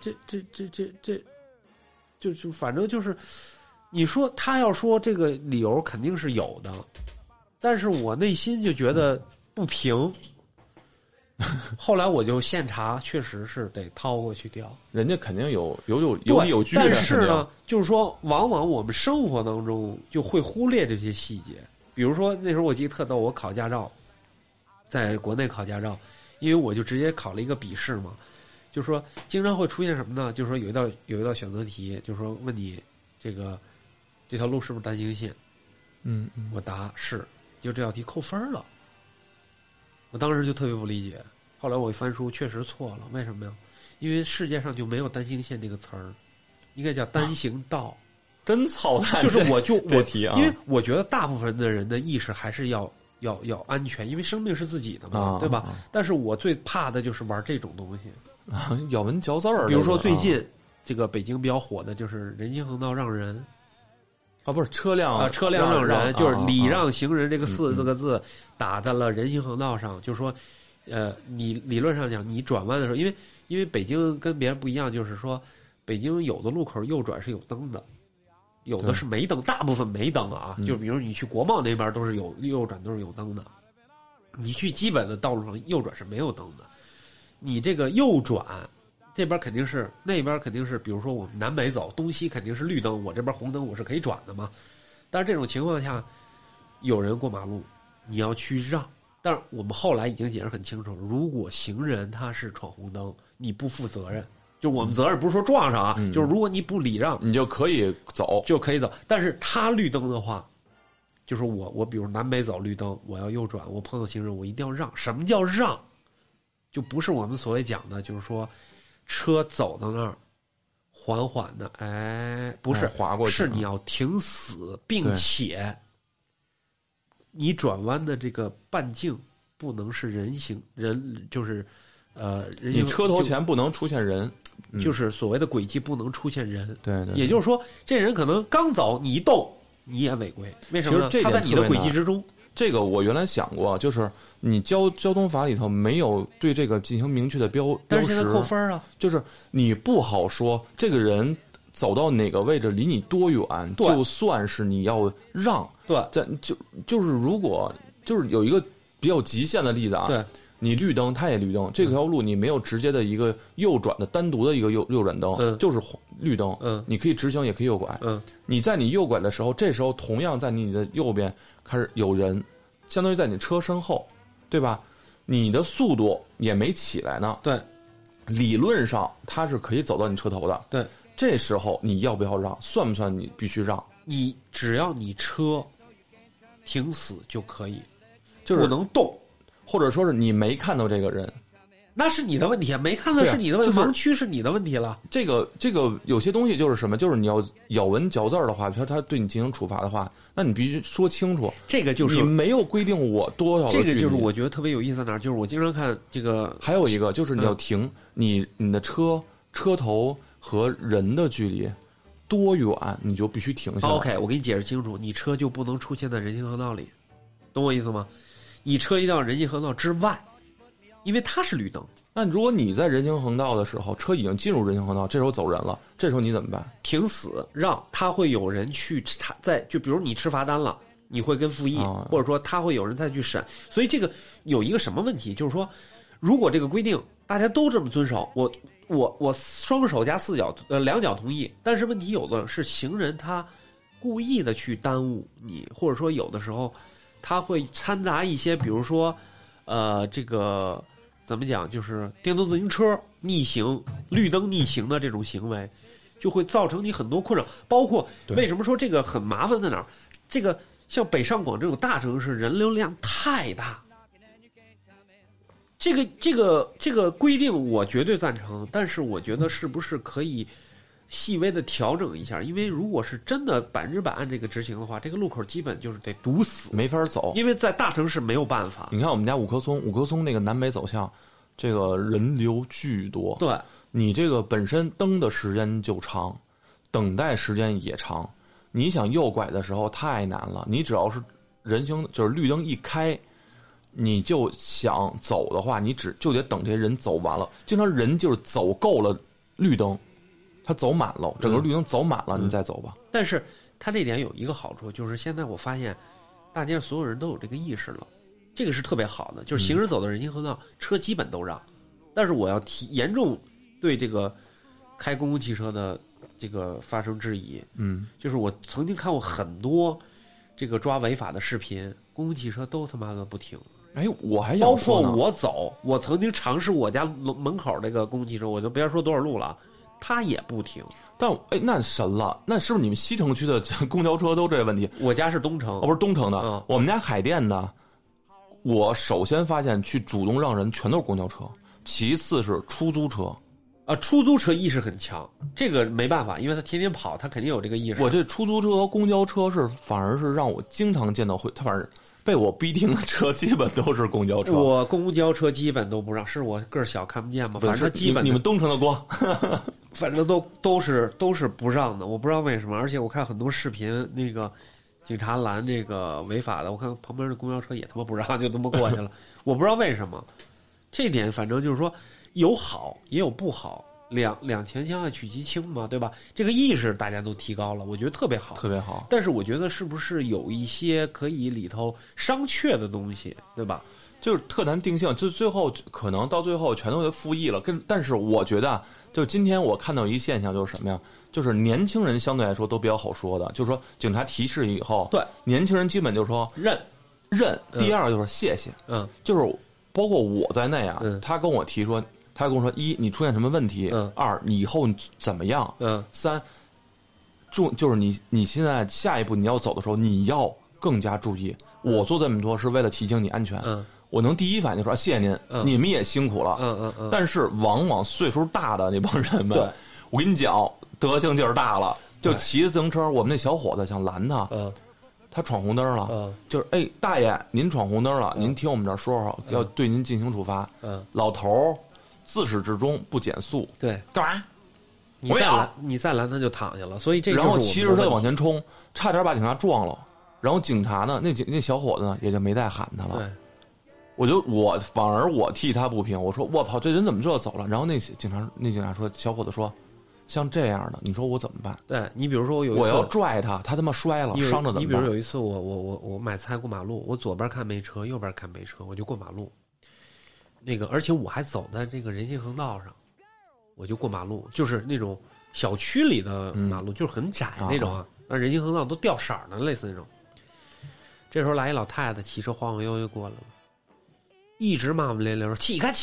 就反正就是，你说他要说这个理由肯定是有的，但是我内心就觉得不平。后来我就现查，确实是得掏过去掉。 人家肯定有据的。 但是呢，就是说，往往我们生活当中就会忽略这些细节。比如说那时候我记得特逗，我考驾照，在国内考驾照，因为我就直接考了一个笔试嘛，就是说经常会出现什么呢？就是说有一道选择题，就是说问你这条路是不是单行线？我答是，就这道题扣分了。我当时就特别不理解，后来我一翻书，确实错了。为什么呀？因为世界上就没有单行线这个词儿，应该叫单行道。 真操蛋！ 就是我题啊， 因为我觉得大部分的人的意识还是要安全，因为生命是自己的嘛，对吧？但是我最怕的就是玩这种东西， 咬文嚼字儿。 比如说最近这个北京比较火的就是人行横道让人， 啊，不是车辆让人，就是礼让行人这个四个字打在了人行横道上，就是说，你理论上讲，你转弯的时候，因为北京跟别人不一样，就是说，北京有的路口右转是有灯的，有的是没灯，大部分没灯啊。就比如你去国贸那边都是有右转都是有灯的，你去基本的道路上右转是没有灯的。你这个右转，这边肯定是，那边肯定是，比如说我们南北走，东西肯定是绿灯，我这边红灯我是可以转的嘛。但是这种情况下，有人过马路，你要去让。但是我们后来已经解释很清楚，如果行人他是闯红灯，你不负责任，就我们责任不是说撞上啊，就是如果你不礼让， 你就可以走， 但是他绿灯的话，就是我比如南北走绿灯，我要右转，我碰到行人，我一定要让。什么叫让？就不是我们所谓讲的，就是说车走到那儿缓缓的，不是滑过去， 是你要停死，并且你转弯的这个半径不能是人就是你车头前不能出现人， 就是所谓的轨迹不能出现人。 对， 也就是说，这人可能刚走，你一动你也违规，为什么呢？他在你的轨迹之中。 这个我原来想过，就是你交通法里头没有对这个进行明确的标识， 但是现在扣分啊， 就是你不好说这个人走到哪个位置离你多远，就算是你要让。 对， 就是如果就是有一个比较极限的例子啊， 对， 你绿灯，他也绿灯，这条路你没有直接的一个右转的单独的一个右转灯，就是绿灯，你可以直行也可以右拐，你在你右拐的时候，这时候同样在你的右边开始有人，相当于在你车身后，对吧？你的速度也没起来呢， 对， 理论上他是可以走到你车头的， 对， 这时候你要不要让？算不算你必须让？ 你只要你车停死就可以， 就是不能动， 或者说是你没看到这个人， 那是你的问题啊，没看到是你的问题，盲区是你的问题了。 这个有些东西就是什么，就是你要咬文嚼字的话，比如他对你进行处罚的话，那你必须说清楚。 这个就是你没有规定我多少的距离， 这个就是我觉得特别有意思在哪儿，就是我经常看这个。 还有一个就是你要停，你的车头和人的距离多远，你就必须停下来。 OK， 我给你解释清楚，你车就不能出现在人行横道里，懂我意思吗？你车一定要人行横道之外，因为它是绿灯。 那如果你在人行横道的时候，车已经进入人行横道，这时候走人了，这时候你怎么办？ 停死让，他会有人去查，就比如你吃罚单了，你会跟复议，或者说他会有人再去审。所以这个有一个什么问题，就是说，如果这个规定大家都这么遵守，我双手加两脚同意，但是问题有的是行人他故意的去耽误你，或者说有的时候他会掺杂一些，比如说这个怎么讲，就是电动自行车逆行、绿灯逆行的这种行为，就会造成你很多困扰。包括为什么说这个很麻烦在哪儿？这个像北上广这种大城市，人流量太大。这个规定我绝对赞成，但是我觉得是不是可以细微的调整一下？因为如果是真的100%按这个执行的话，这个路口基本就是得堵死， 没法走。 因为在大城市没有办法。 你看我们家五棵松那个南北走向，这个人流巨多。 对， 你这个本身蹬的时间就长，等待时间也长。你想右拐的时候太难了，你只要是人行就是绿灯一开，你就想走的话，你就得等这些人走完了。经常人就是走够了绿灯，他走满了，整个绿灯走满了，你再走吧。 但是他这点有一个好处，就是现在我发现大街上所有人都有这个意识了，这个是特别好的。就是行人走到人行横道，车基本都让。但是我要严重对这个开公共汽车的这个发生质疑。就是我曾经看过很多这个抓违法的视频，公共汽车都他妈的不停。 我还包括我走，我曾经尝试我家门口这个公共汽车，我就别说多少路了，它也不停。 但那神了，那是不是你们西城区的公交车都这个问题？ 我家是东城， 不是东城的。我们家海淀的，我首先发现去主动让人全都是公交车，其次是出租车。 出租车意识很强，这个没办法，因为他天天跑，他肯定有这个意识。 我这出租车和公交车反而是让我经常见到他反正被我逼停的车基本都是公交车。 我公交车基本都不让，是我个儿小看不见吗？反正他基本你们东城的光。 反正都是不让的，我不知道为什么。而且我看很多视频，那个警察拦这个违法的，我看旁边的公交车也他妈不让，就他妈过去了。我不知道为什么，这点反正就是说有好也有不好，两全相爱取其轻嘛，对吧？这个意识大家都提高了，我觉得特别好， 特别好。 但是我觉得是不是有一些可以里头商榷的东西，对吧？ 就是特难定性，就最后可能到最后全都得复议了。但是我觉得，就今天我看到一现象就是什么呀？就是年轻人相对来说都比较好说的，就是说警察提示以后， 对年轻人基本就说认。 第二就是谢谢，就是包括我在内啊，他跟我提说，他跟我说一你出现什么问题，二你以后怎么样，三就是你现在下一步你要走的时候你要更加注意。我做这么多是为了提醒你安全。我能第一反应就说谢谢您，你们也辛苦了。但是往往岁数大的那帮人们，我跟你讲，德行劲儿大了，就骑着自行车，我们那小伙子想拦他，他闯红灯了，就是大爷，您闯红灯了，您听我们这儿说说，要对您进行处罚。老头儿自始至终不减速， 对， 干嘛？ 你再拦他就躺下了，所以这然后骑着他就往前冲，差点把警察撞了。然后警察呢，那小伙子呢也就没再喊他了。 对。 我反而我替他不平，我说我操，这人怎么这走了？然后那警察说，小伙子说，像这样的，你说我怎么办？ 对你比如说我要拽他，他妈摔了，伤着怎么办？ 你比如有一次我买菜过马路，我左边看没车，右边看没车，我就过马路。而且我还走在这个人行横道上，我就过马路，就是那种小区里的马路，就是很窄那种啊，那人行横道都掉色的，类似那种。这时候来一老太太骑车晃晃悠悠过来了。一直骂骂咧咧说起开，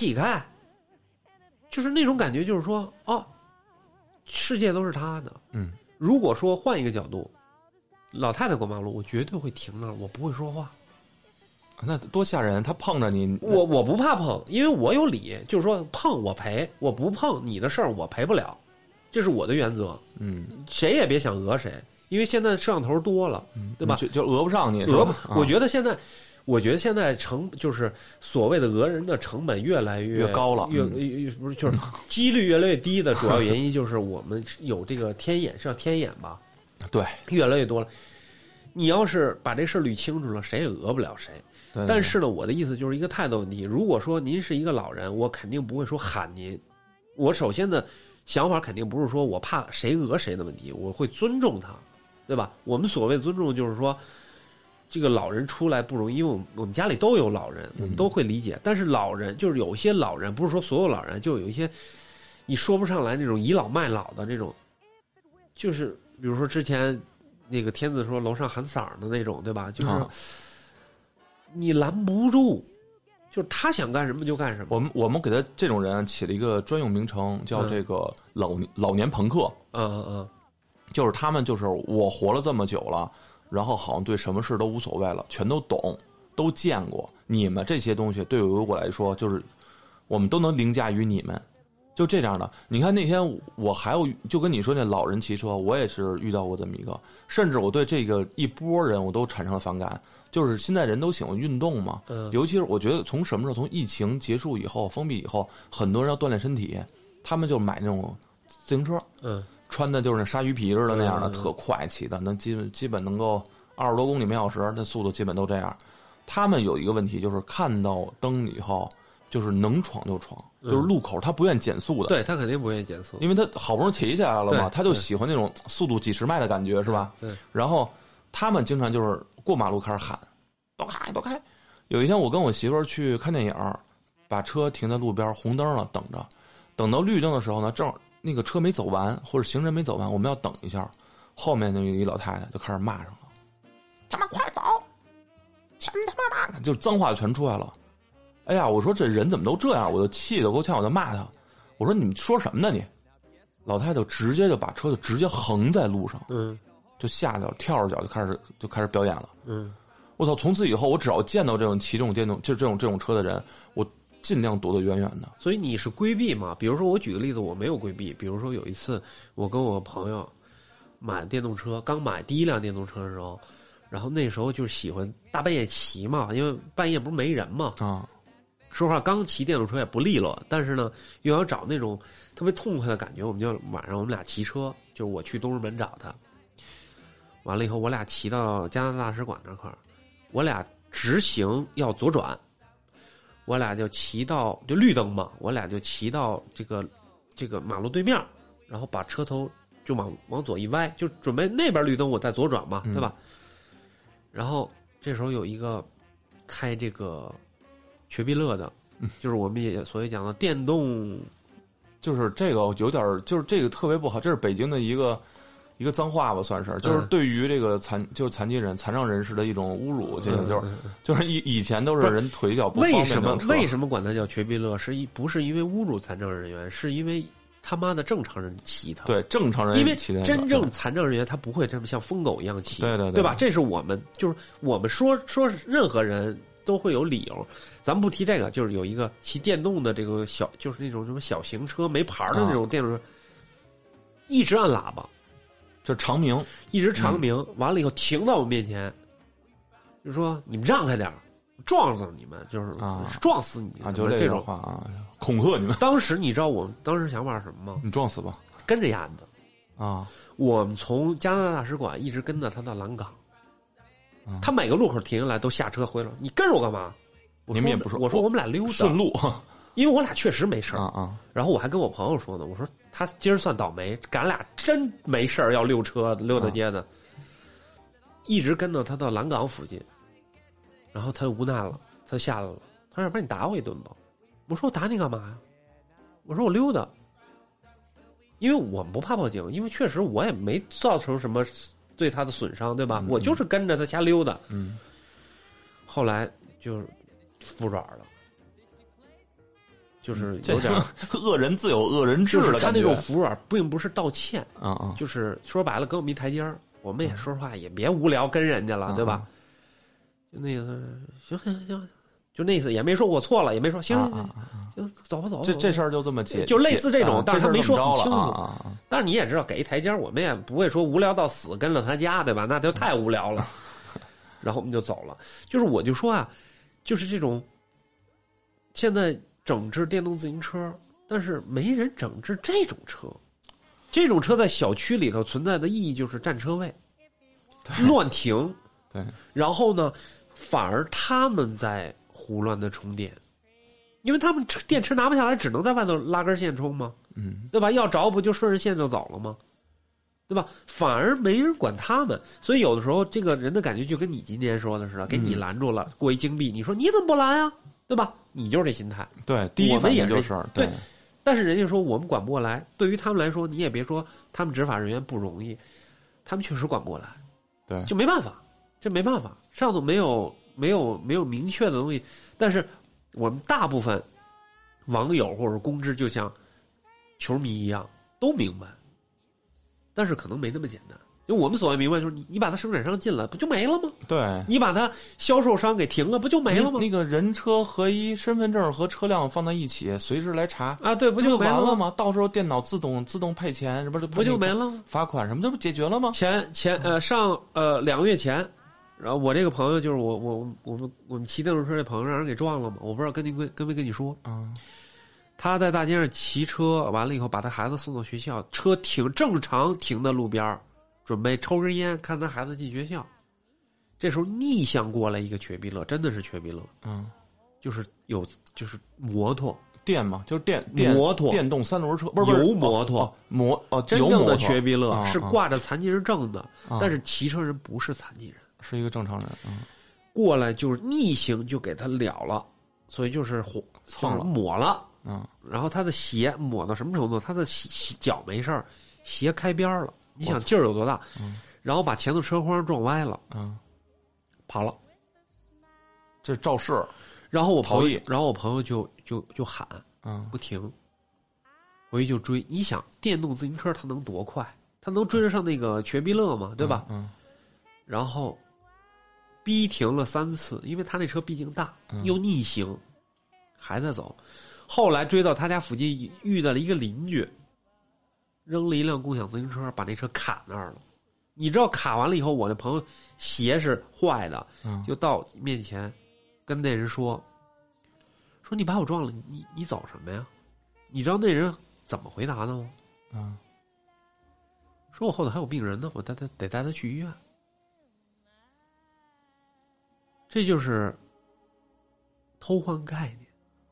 就是那种感觉，就是说世界都是他的。如果说换一个角度，老太太过马路，我绝对会停那儿，我不会说话。 那多吓人！他碰着你， 我不怕碰，因为我有理，就是说碰我赔，我不碰你的事儿我赔不了，这是我的原则。谁也别想讹谁，因为现在摄像头多了，对吧？ 就讹不上你， 我觉得现在就是所谓的讹人的成本越来越高了， 不是就是几率越来越低的主要原因就是我们有这个天眼，是叫天眼吧？ 对， 越来越多了。你要是把这事捋清楚了，谁也讹不了谁。 对。 但是呢，我的意思就是一个态度问题。如果说您是一个老人，我肯定不会说喊您。我首先的想法肯定不是说我怕谁讹谁的问题，我会尊重他，对吧？我们所谓尊重就是说。这个老人出来不容易，因为我们家里都有老人，我们都会理解。但是老人就是有一些老人，不是说所有老人，就有一些你说不上来那种倚老卖老的这种，就是比如说之前那个天子说楼上喊嗓的那种，对吧？就是你拦不住，就是他想干什么就干什么。 我们给他这种人起了一个专用名称，叫这个老年朋克。就是他们就是我活了这么久了。然后好像对什么事都无所谓了，全都懂，都见过。你们这些东西对于我来说，就是我们都能凌驾于你们，就这样的。你看那天我还有就跟你说那老人骑车，我也是遇到过这么一个，甚至我对这个一波人我都产生了反感。就是现在人都喜欢运动嘛，尤其是我觉得从什么时候，从疫情结束以后，封闭以后，很多人要锻炼身体，他们就买那种自行车，穿的就是那鲨鱼皮似的那样的，特快骑的，能基本能够20多公里每小时，那速度基本都这样。他们有一个问题，就是看到灯以后，就是能闯就闯，就是路口他不愿减速的。 对，他肯定不愿意减速， 因为他好不容易骑下来了嘛，他就喜欢那种速度几十迈的感觉，是吧？ 对。 然后他们经常就是过马路开始喊多开多开。有一天我跟我媳妇儿去看电影，把车停在路边红灯了，等到绿灯的时候呢，正好那个车没走完，或者行人没走完，我们要等一下。后面那一老太太就开始骂上了：“他妈快走，钱他妈的！”就脏话全出来了。哎呀，我说这人怎么都这样？我就气得够呛，我就骂他。我说你们说什么呢你？老太太直接就把车就直接横在路上，就下脚跳着脚就开始表演了。我操！从此以后，我只要见到这种骑这种电动就这种车的人，我尽量躲得远远的。 所以你是规避嘛？比如说我举个例子，我没有规避。比如说有一次，我跟我朋友买电动车，刚买第一辆电动车的时候，然后那时候就喜欢大半夜骑嘛，因为半夜不是没人嘛， 说实话，刚骑电动车也不利落，但是呢，又要找那种特别痛快的感觉，我们就晚上我们俩骑车，就是我去东直门找他，完了以后我俩骑到加拿大大使馆那块儿，我俩直行要左转，我俩就骑到就绿灯嘛，我俩就骑到这个马路对面，然后把车头就往左一歪，就准备那边绿灯我再左转嘛，对吧？然后这时候有一个开这个雪碧乐的，就是我们也所谓讲的电动， 就是这个有点，就是这个特别不好，这是北京的一个脏话吧，算是，就是对于这个残疾人、残障人士的一种侮辱，就是以前都是人腿脚不方便。 为什么管它叫雪碧乐？不是因为侮辱残障人员，是因为他妈的正常人骑它。 对，正常人骑的， 因为真正残障人员他不会这么像疯狗一样骑， 对吧？这是我们说任何人都会有理由，咱们不提这个，就是有一个骑电动的这个就是那种什么小型车没牌的那种电动车，一直按喇叭， 就长鸣， 一直长鸣，完了以后停到我们面前，就说你们让开点，撞死你们，就是撞死你啊，就这种话啊，恐吓你们。 当时你知道我们当时想法是什么吗？ 你撞死吧， 跟着丫的啊！我们从加拿大大使馆一直跟着他到蓝港。他每个路口停下来都下车回来，你跟着我干嘛？ 你们也不说， 我说我们俩溜达顺路， 因为我俩确实没事啊。 然后我还跟我朋友说呢，我说他今儿算倒霉，咱俩真没事要溜达街的，一直跟到他到蓝港附近，然后他就无奈了，他就下来了，他说要不然你打我一顿吧。我说我打你干嘛呀？我说我溜达，因为我们不怕报警，因为确实我也没造成什么对他的损伤，对吧？我就是跟着他瞎溜达。后来就是服软了，就是有点恶人自有恶人治的感觉。 他那种服软并不是道歉啊， 就是说白了给我们一台阶儿，我们也说实话也别无聊跟人家了，对吧？就那个行，就那意思，也没说我错了，也没说行，走吧。 这事儿就这么就类似这种，但是他没说很清楚。但是你也知道，给一台阶，我们也不会说无聊到死跟了他家，对吧？那就太无聊了。然后我们就走了。就是我就说啊，就是这种现在整治电动自行车，但是没人整治这种车。这种车在小区里头存在的意义就是占车位、乱停。 对， 然后呢，反而他们在胡乱的充电，因为他们电池拿不下来，只能在外头拉根线充吗？对吧？要着不就顺着线就走了吗？对吧？反而没人管他们，所以有的时候这个人的感觉就跟你今天说的似的，给你拦住了，过一金币，你说你怎么不拦啊？对吧？你就是这心态。 对，第一反应就是对。但是人家说我们管不过来，对于他们来说，你也别说他们执法人员不容易，他们确实管不过来。 对， 就没办法，这没办法。上头没有明确的东西，但是我们大部分网友或者公知就像球迷一样都明白，但是可能没那么简单。就我们所谓明白，就是你把它生产商禁了，不就没了吗？ 对， 你把它销售商给停了，不就没了吗？ 那个人车合一，身份证和车辆放在一起，随时来查啊，对，不就完了吗？到时候电脑自动配钱，是不是？ 不就没了吗？ 罚款什么，这不解决了吗？ 上2个月前，然后我这个朋友就是我们骑电动车这朋友让人给撞了嘛，我不知道跟没跟你说啊。 他在大街上骑车，完了以后把他孩子送到学校，车正常停在路边，准备抽根烟，看他孩子进学校。这时候逆向过来一个雪碧乐，真的是雪碧乐，就是摩托电嘛，就是摩托电动三轮车，不是油摩托，真正的雪碧乐是挂着残疾人证的，但是骑车人不是残疾人， 是一个正常人， 过来就是逆行就给他了，所以就是蹭了抹了。然后他的鞋抹到什么程度？他的脚没事儿，鞋开边了。你想劲儿有多大？然后把前头车筐撞歪了，跑了。 这是肇事。 然后我朋友就喊，不停，回去就追。你想电动自行车它能多快？它能追得上那个雪碧乐吗？对吧？然后逼停了3次，因为他那车毕竟大，又逆行，还在走。后来追到他家附近，遇到了一个邻居，扔了一辆共享自行车，把那车卡那儿了。你知道卡完了以后，我那朋友鞋是坏的，就到面前跟那人说说你把我撞了，你走什么呀？你知道那人怎么回答的吗？ 嗯， 说我后头还有病人呢，我得带他去医院。这就是偷换概念，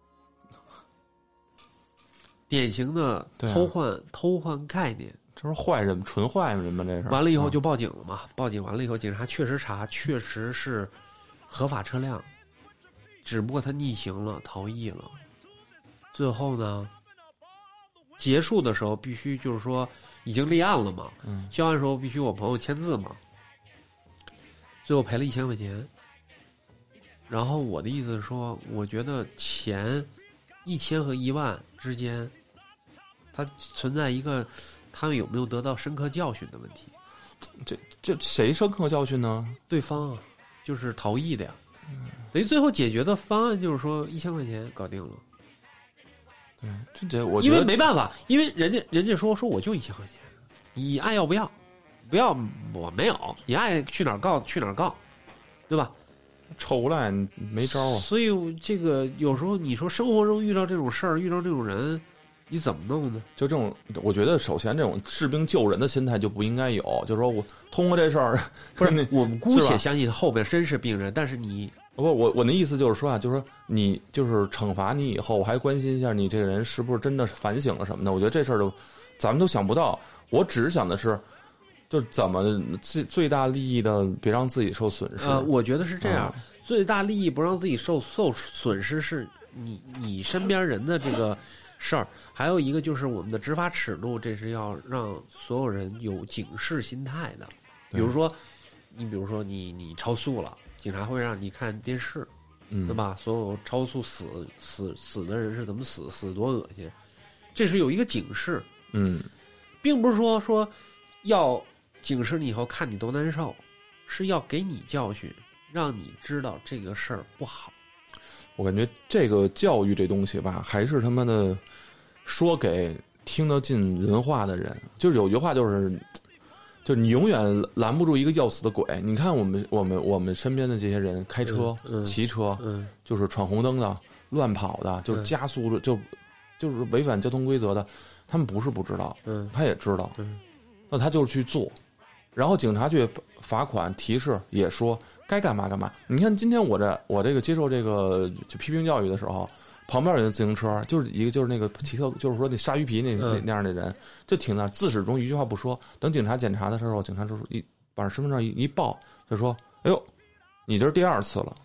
典型的偷换概念。 这是坏人，纯坏人吗？这是。 完了以后就报警了嘛，报警完了以后，警察确实查，确实是合法车辆，只不过他逆行了，逃逸了。最后呢，结束的时候必须就是说已经立案了嘛，销案时候必须我朋友签字嘛，最后赔了1000块钱。然后我的意思是说，我觉得钱1000和1万之间，它存在一个他们有没有得到深刻教训的问题。 这谁深刻教训呢？ 对方啊，就是逃逸的呀。等于最后解决的方案就是说1000块钱搞定了。 对，这我觉得因为没办法，因为人家说我就1000块钱，你爱要不要？不要我没有，你爱去哪儿告去哪儿告，对吧？ 抽不来没招啊。 所以这个有时候你说生活中遇到这种事儿，遇到这种人，你怎么弄呢？ 就这种，我觉得首先这种治病救人的心态就不应该有。就是说我通过这事儿， 不是我们姑且相信后边真是病人，但是你我的意思就是说啊，就是说你就是惩罚你以后，我还关心一下你这个人是不是真的反省了什么的。我觉得这事儿都咱们都想不到。我只是想的是，就怎么最大利益的，别让自己受损失。 我觉得是这样，最大利益不让自己受损失是你身边人的这个事儿，还有一个就是我们的执法尺度，这是要让所有人有警示心态的。比如说你超速了，警察会让你看电视，对吧？所有超速死的人是怎么死多恶心，这是有一个警示。并不是说要警示你以后看你多难受，是要给你教训，让你知道这个事儿不好。 我感觉这个教育这东西吧，还是他妈的说给听得进人话的人。就是有句话就是你永远拦不住一个要死的鬼。你看我们身边的这些人，开车、骑车，就是闯红灯的、乱跑的，就是加速就是违反交通规则的，他们不是不知道，他也知道，那他就去做，然后警察去罚款提示，也说该干嘛干嘛。你看今天我这个接受这个就批评教育的时候，旁边有一个自行车，就是一个就是那个骑车，就是说那鲨鱼皮那样的人，就停那，自始终一句话不说。等警察检查的时候，警察就把身份证一报，就说：“哎呦，你这是第2次了。”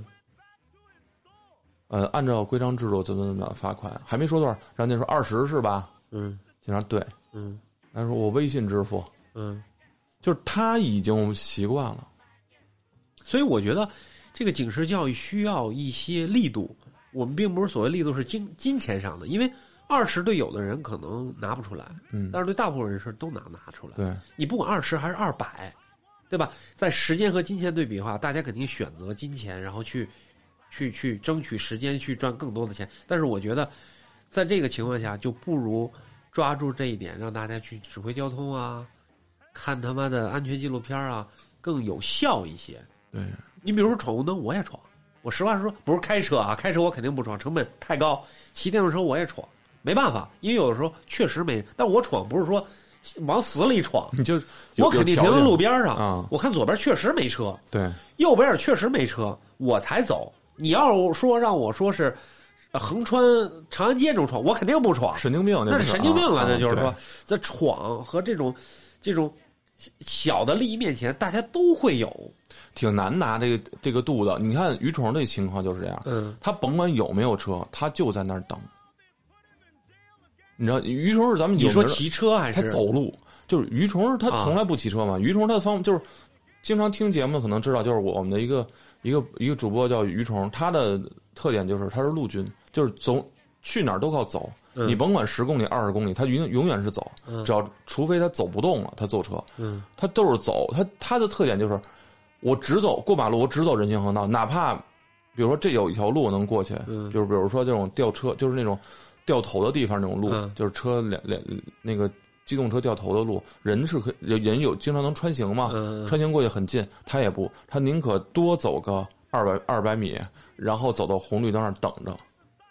按照规章制度怎么罚款，还没说多少，然后那说20是吧？警察对，他说我微信支付，就是他已经习惯了。 所以我觉得这个警示教育需要一些力度。我们并不是所谓力度是金钱上的，因为20对有的人可能拿不出来，但是对大部分人是都拿出来。 对， 你不管20还是200，对吧？在时间和金钱对比的话，大家肯定选择金钱，然后去争取时间去赚更多的钱。但是我觉得在这个情况下，就不如抓住这一点，让大家去指挥交通啊，看他妈的安全纪录片啊，更有效一些。 对， 你比如说闯红灯，我也闯。我实话说，不是开车啊，开车我肯定不闯，成本太高。骑电动车我也闯，没办法，因为有的时候确实没。但我闯不是说往死里闯， 你就我肯定停在路边上啊。 我看左边确实没车， 对， 右边确实没车，我才走。你要说让我说是横穿长安街这种闯，我肯定不闯。 神经病， 那是神经病啊！那就是说，在闯和这种小的利益面前，大家都会有。 挺难拿这个度的。你看于虫这情况就是这样，他甭管有没有车，他就在那儿等。你知道于虫是咱们你说骑车还是他走路？就是于虫他从来不骑车嘛。于虫他的就是经常听节目可能知道，就是我们的一个主播叫于虫，他的特点就是他是陆军，就是去哪儿都靠走。你甭管10公里、20公里，他永远是走，除非他走不动了，他坐车。他都是走。他的特点就是。我只走过马路，我只走人行横道，哪怕比如说这有一条路我能过去，就是比如说这种吊车，就是那种掉头的地方那种路，就是车那个机动车掉头的路，人经常能穿行嘛，穿行过去很近，他也不，他宁可多走个200米，然后走到红绿灯上等着。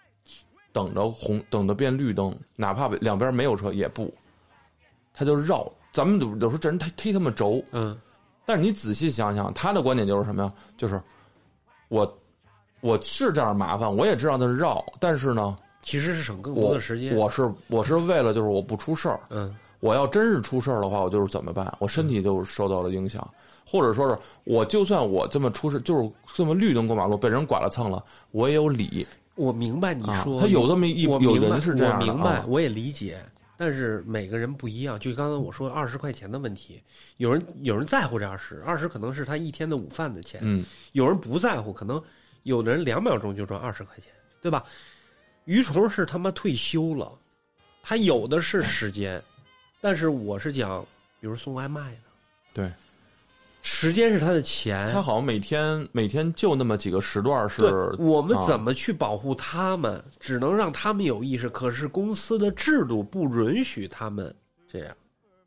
等着变绿灯，哪怕两边没有车也不，他就绕。咱们有时候这人忒他妈轴，但是你仔细想想，他的观点就是什么呀？就是我是这样麻烦，我也知道他是绕，但是呢， 其实是省更多的时间。 我是为了就是我不出事儿，我要真是出事儿的话，我就是怎么办？我身体就受到了影响，或者说是我就算我这么出事，就是这么绿灯过马路被人剐了蹭了，我也有理。 我明白你说， 他有这么有人是这样的， 我明白，我也理解。但是每个人不一样，就刚才我说20块钱的问题，有人在乎这20可能是他一天的午饭的钱，有人不在乎，可能有的人2秒钟就赚20块钱，对吧？于虫是他妈退休了，他有的是时间，但是我是讲，比如送外卖的， 对， 时间是他的钱， 他好像每天就那么几个时段是。 我们怎么去保护他们？只能让他们有意识，可是公司的制度不允许他们这样，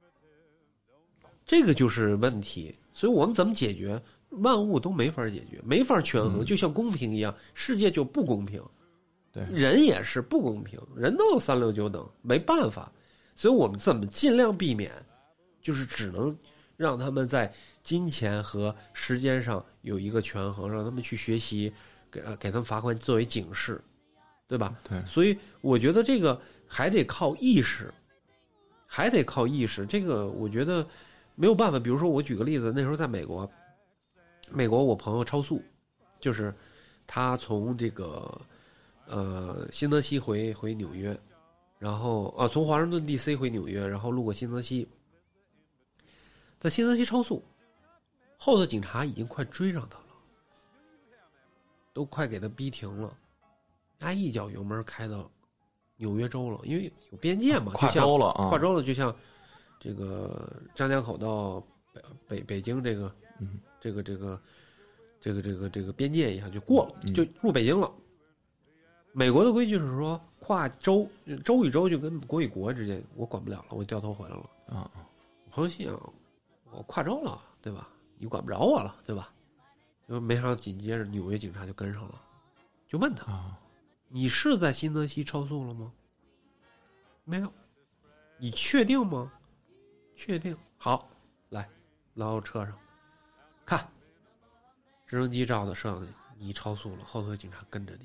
这个就是问题。所以我们怎么解决？万物都没法解决，没法权衡，就像公平一样，世界就不公平。 对， 人也是不公平，人都有369等，没办法。所以我们怎么尽量避免？就是只能让他们在金钱和时间上有一个权衡，让他们去学习，给他们罚款作为警示，对吧？ 对。 所以我觉得这个还得靠意识，这个我觉得没有办法。比如说我举个例子，那时候在美国我朋友超速，就是他从这个新泽西回纽约，然后从华盛顿 DC 回纽约，然后路过新泽西，在新泽西超速，后头警察已经快追上他了，都快给他逼停了，他一脚油门开到纽约州了，因为有边界嘛， 跨州了跨州了，就像这个张家口到北京这个这个边界一样就过了，就入北京了。美国的规矩是说，跨州州与州就跟国与国之间，我管不了了，我掉头回来了。我朋友心想，我跨州了，对吧？你管不着我了，对吧？就没想到紧接着纽约警察就跟上了，就问他：你是在新泽西超速了吗？没有。你确定吗？确定。好，来，拉到车上，看，直升机照的摄像，你超速了，后头有警察跟着你。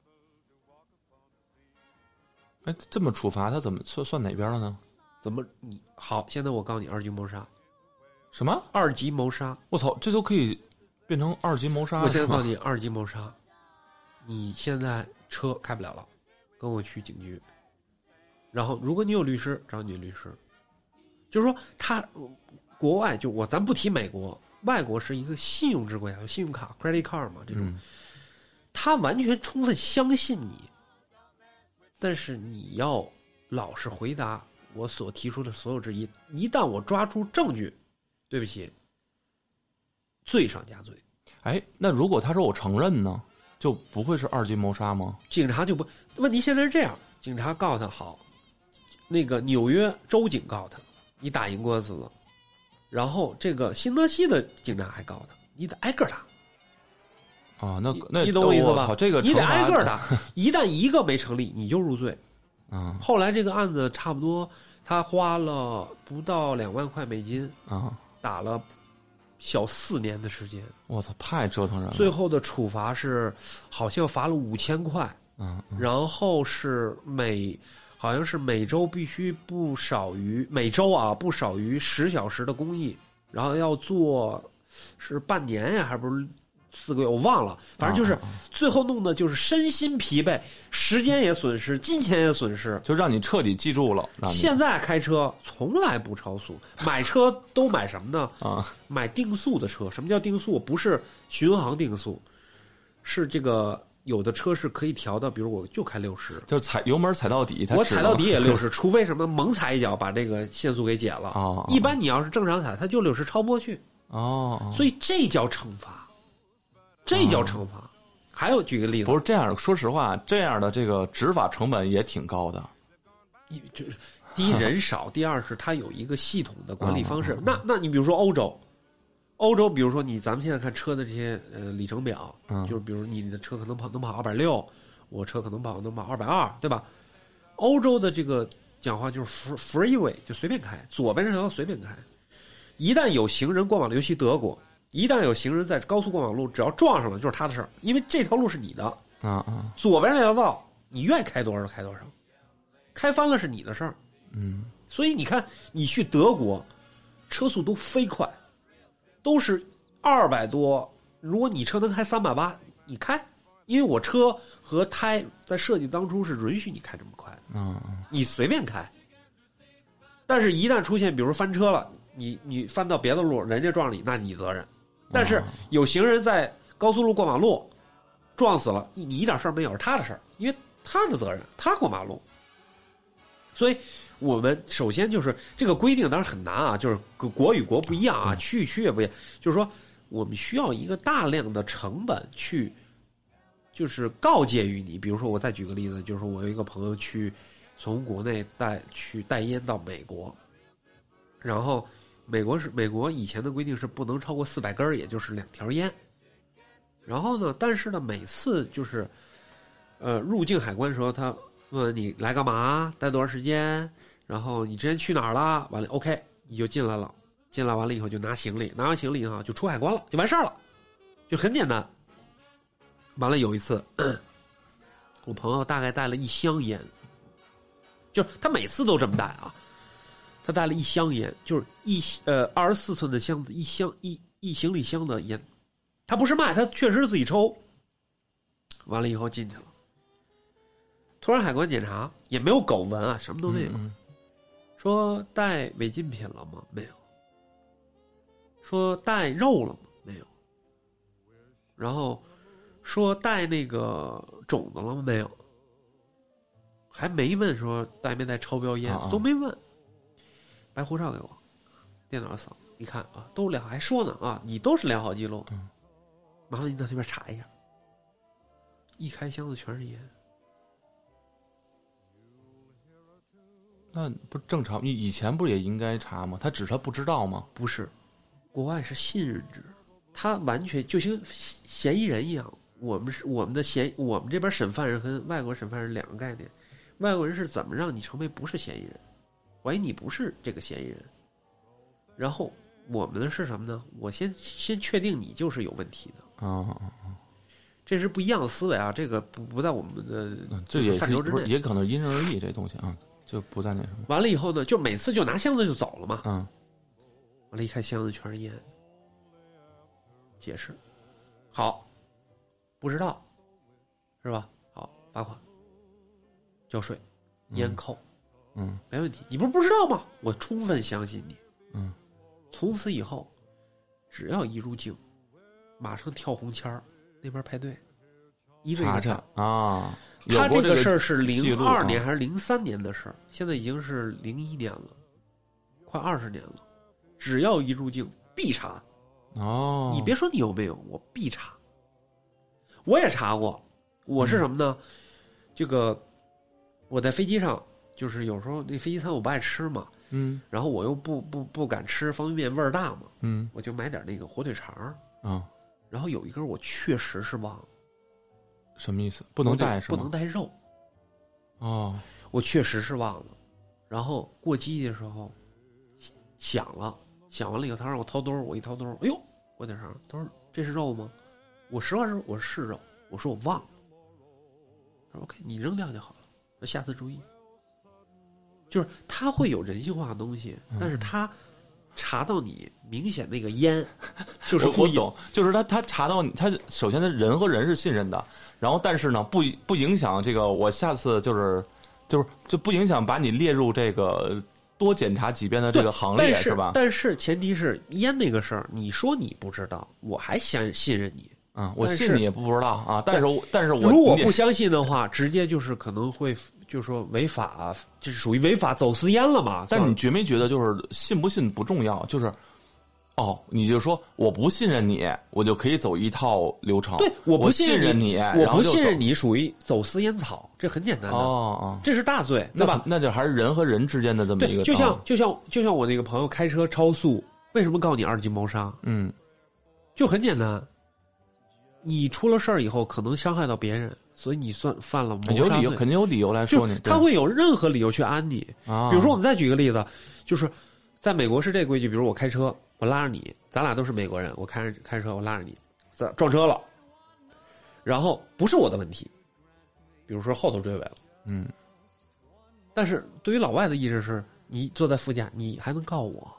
哎，这么处罚他怎么算哪边了呢？ 怎么你好？现在我告诉你，2级谋杀。 什么 ？2级谋杀！ 我操，这都可以变成2级谋杀！ 我现在告诉你，2级谋杀，你现在车开不了了，跟我去警局。然后，如果你有律师，找你的律师。就是说，他国外就咱不提美国，外国是一个信用制国家，有信用卡 （credit card） 嘛，这种，他完全充分相信你。但是你要老实回答我所提出的所有质疑，一旦我抓出证据，对不起，罪上加罪。 哎，那如果他说我承认呢，就不会是2级谋杀吗？ 警察就不，问题现在是这样，警察告他好，那个纽约州警告他，你打赢官司了，然后这个新泽西的警察还告他，你得挨个打。 那你懂我意思吧？ 这个你得挨个打，一旦一个没成立，你就入罪。后来这个案子差不多，他花了不到2万块美金打了小4年的时间。 我操，太折腾人了！ 最后的处罚是好像罚了5000块，然后是好像是每周必须不少于10小时的公益，然后要做是半年呀，还不是4个月，我忘了，反正就是最后弄的就是身心疲惫，时间也损失，金钱也损失， 就让你彻底记住了。 现在开车从来不超速，买车都买什么呢？买定速的车。什么叫定速？不是巡航定速，是这个有的车是可以调到，比如我就开60， 就是油门踩到底， 我踩到底也60，除非什么猛踩一脚把这个限速给解了。一般你要是正常踩，它就60超不过去。所以这叫惩罚。还有举个例子， 不是这样，说实话，这样的这个执法成本也挺高的。 就是第一人少，第二是它有一个系统的管理方式。那你比如说欧洲，比如说咱们现在看车的这些里程表，就是比如你的车可能能跑260， 我车可能能跑220，对吧？欧洲的这个讲话就是 freeway， 就随便开，左边这条随便开。一旦有行人过马路，尤其德国，一旦有行人在高速过马路，只要撞上了就是他的事儿，因为这条路是你的。左边那条道你愿意开多少就开多少，开翻了是你的事儿。所以你看，你去德国，车速都飞快，都是200多。如果你车能开380，你开，因为我车和胎在设计当初是允许你开这么快的。你随便开。但是，一旦出现比如翻车了，你翻到别的路，人家撞你，那你责任。但是有行人在高速路过马路，撞死了，你一点事儿没有，是他的事儿，因为他的责任，他过马路。所以我们首先就是这个规定当然很难啊，就是国与国不一样啊，区与区也不一样，就是说我们需要一个大量的成本去，就是告诫于你。比如说我再举个例子，就是说我有一个朋友从国内带烟到美国，然后美国以前的规定是不能超过400根，也就是2条烟。然后呢，但是呢，每次就是入境海关的时候，他问你来干嘛，待多长时间，然后你之前去哪儿了，完了 OK 你就进来了，进来完了以后就拿行李，拿完行李呢就出海关了，就完事儿了，就很简单。完了有一次我朋友大概带了1箱烟，就他每次都这么带啊，他带了1箱烟，就是24寸的箱子，一行李箱的烟，他不是卖，他确实是自己抽。完了以后进去了，突然海关检查也没有狗闻啊，什么都没有。说带违禁品了吗？没有。说带肉了吗？没有。然后说带那个种子了吗？没有。还没问说带没带超标烟，都没问。白护照给我，电脑扫一看啊，都还说呢啊，你都是良好记录。麻烦你到那边查一下。一开箱子全是烟。 那不正常？你以前不也应该查吗？他只是他不知道吗？ 不是，国外是信任制，他完全就像嫌疑人一样。我们这边审犯人和外国审犯人两个概念。外国人是怎么让你成为不是嫌疑人，怀疑你不是这个嫌疑人，然后我们的是什么呢？我先确定你就是有问题的。这是不一样的思维啊，这个不在我们的这也范畴之内， 也可能因人而异，这东西啊，就不在那什么。 完了以后呢，就每次就拿箱子就走了嘛。完了，一看箱子全是烟，解释好，不知道是吧？好，罚款，交税，烟扣，没问题。你不知道吗？我充分相信你。从此以后，只要一入境，马上跳红签儿。那边排队，一个查啊！ 他这个事儿是02年还是03年的事儿，现在已经是01年了，快20年了。只要一入境必查。你别说你有没有，我必查。我也查过，我是什么呢？这个我在飞机上，就是有时候那飞机餐我不爱吃嘛，然后我又不敢吃方便面，味儿大嘛，我就买点那个火腿肠然后有一根我确实是忘了， 什么意思？不能带是吗？ 不能带肉。我确实是忘了。然后过机器的时候想完了以后，他让我掏兜，我一掏兜，哎呦，火腿肠，他说这是肉吗？我实话实说，我是肉。我说我忘了。他说 OK， 你扔掉就好了，下次注意。就是他会有人性化的东西，但是他查到你明显那个烟，就是我懂，就是他查到你，他首先他人和人是信任的，然后但是呢不影响这个，我下次就不影响把你列入这个多检查几遍的这个行列，是吧？ 但是前提是烟那个事儿，你说你不知道，我还信任你。 我信你也不知道啊，但是我如果不相信的话，直接就是可能会就是说违法，就是属于违法走私烟了嘛。 但是你觉没觉得就是信不信不重要，就是你就说我不信任你，我就可以走一套流程。 对，我不信任你， 我不信任你属于走私烟草，这很简单的。这是大罪，对吧？ 那就还是人和人之间的这么一个。 就像我那个朋友开车超速，为什么告你2级谋杀？就很简单。你出了事儿以后，可能伤害到别人， 所以你算犯了谋杀罪。 有理由，肯定有理由来说你。 他会有任何理由去安你。比如说，我们再举个例子，就是在美国是这个规矩，比如我开车，我拉着你，咱俩都是美国人，我开车，我拉着你，撞车了，然后不是我的问题，比如说后头追尾了，但是对于老外的意识是，你坐在副驾，你还能告我。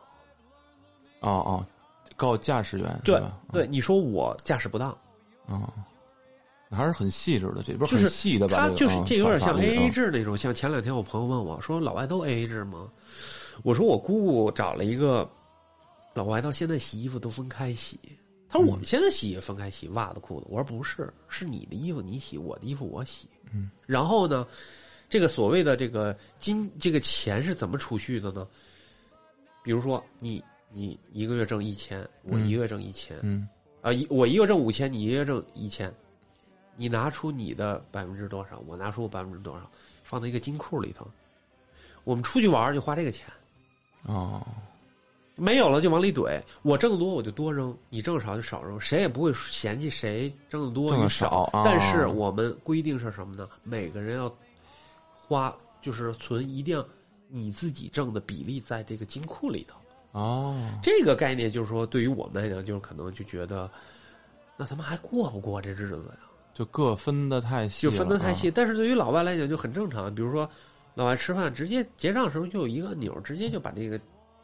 告驾驶员对是吧？ 对，你说我驾驶不当。 还是很细致的，这不是很细的吧？ 他就是这有点像 AA 制制那种。像前2天我朋友问我说：“老外都 AA 制吗？”我说：“我姑姑找了一个老外，到现在洗衣服都分开洗。”他说：“我们现在洗也分开洗袜子裤子。”我说：“不是，是你的衣服你洗，我的衣服我洗。”然后呢，这个所谓的这个这个钱是怎么储蓄的呢？比如说你一个月挣1000，我一个月挣1000，我一个月挣5000，你一个月挣1000，你拿出你的多少，我拿出多少，放在一个金库里头，我们出去玩就花这个钱。没有了就往里怼，我挣得多我就多扔，你挣少就少扔，谁也不会嫌弃谁挣得多与少。但是我们规定是什么呢？每个人要花，就是存一定你自己挣的比例在这个金库里头。这个概念就是说，对于我们来讲，就是可能就觉得，那咱们还过不过这日子呀？ 就各分得太细了， 就分得太细。但是对于老外来讲就很正常，比如说老外吃饭直接结账的时候就有一个按钮，直接就把这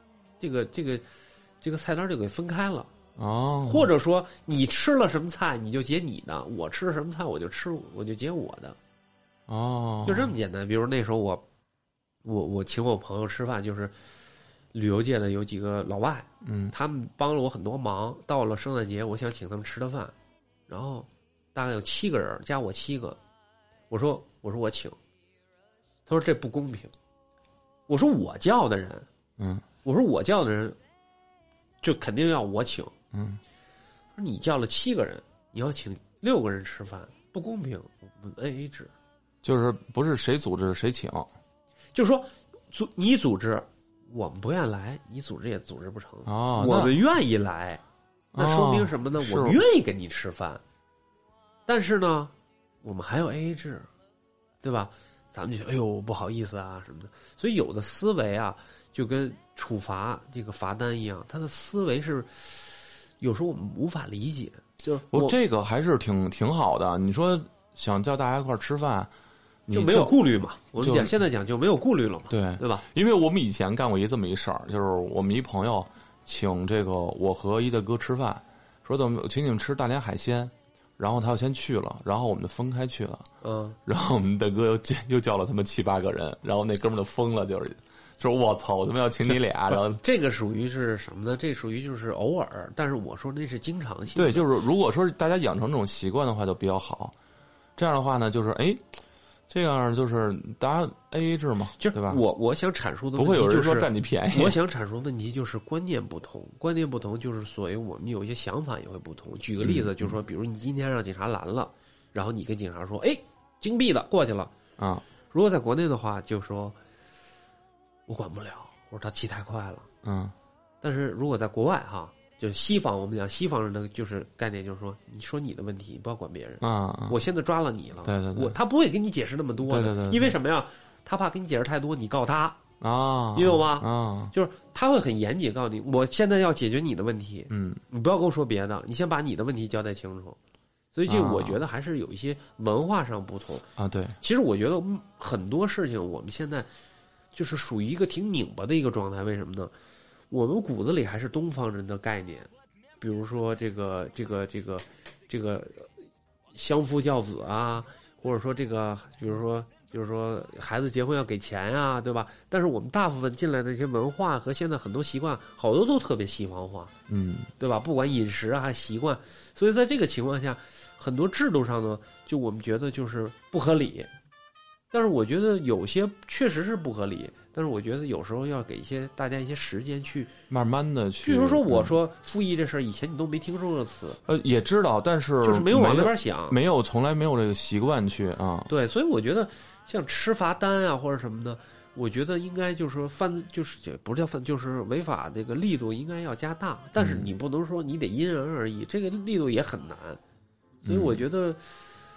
个菜单就给分开了。或者说你吃了什么菜你就结你的，我吃了什么菜我就结我的。就这么简单。比如那时候我请我朋友吃饭，就是旅游界的有几个老外，他们帮了我很多忙。到了圣诞节，我想请他们吃的饭，然后大概有7个人，加我7个。我说我请，他说这不公平。我说我叫的人，我说我叫的人就肯定要我请。他说你叫了7个人，你要请6个人吃饭，不公平。我们 AA 制， 就是不是谁组织谁请， 就是说你组织。我们不愿意来，你组织也组织不成。我们愿意来，那说明什么呢？我们愿意跟你吃饭，但是呢，我们还有 AA 制，对吧？咱们就哎呦不好意思啊什么的。所以有的思维啊，就跟处罚这个罚单一样，他的思维是有时候我们无法理解。就这个还是挺好的。你说想叫大家一块吃饭。 就没有顾虑嘛？我们现在讲就没有顾虑了嘛？对吧？ 因为我们以前干过这么一事儿，就是我们一朋友请这个我和一大哥吃饭，说怎么请你们吃大连海鲜，然后他要先去了，然后我们就分开去了。然后我们大哥又叫了他们7、8个人，然后那哥们儿就疯了，就是说我操，我他妈要请你俩。然后这个属于是什么呢？这属于就是偶尔，但是我说那是经常性。 对，就是如果说大家养成这种习惯的话，就比较好。这样的话呢，就是这样就是大家 AA 制嘛，对吧？ 我想阐述的问题不会有人说占你便宜。 我想阐述的问题就是观念不同，就是所谓我们有一些想法也会不同。举个例子，就是说，比如你今天让警察拦了，然后你跟警察说：“金币的过去了。”如果在国内的话，就说我管不了，我说他骑太快了。但是如果在国外哈。就是西方，我们讲西方人的就是概念，就是说，你说你的问题，你不要管别人。我现在抓了你了， 对， 他不会给你解释那么多的， 对， 因为什么呀？他怕给你解释太多，你告他你懂吗？就是他会很严谨告诉你，我现在要解决你的问题，你不要跟我说别的，你先把你的问题交代清楚。所以这我觉得还是有一些文化上不同对， 其实我觉得很多事情我们现在就是属于一个挺拧巴的一个状态，为什么呢？我们骨子里还是东方人的概念，比如说这个相夫教子啊，或者说比如说就是说孩子结婚要给钱啊，对吧？但是我们大部分进来的这些文化和现在很多习惯，好多都特别西方化，对吧？不管饮食啊习惯，所以在这个情况下，很多制度上呢，就我们觉得就是不合理。但是我觉得有些确实是不合理，但是我觉得有时候要给大家一些时间去慢慢的去。 比如说我说复议这事儿，以前你都没听说过词， 也知道，但是就是没有往那边想， 从来没有这个习惯去啊。 对，所以我觉得像吃罚单啊或者什么的，我觉得应该就是说就是不是叫犯，就是违法这个力度应该要加大，但是你不能说你得因人而异，这个力度也很难。所以我觉得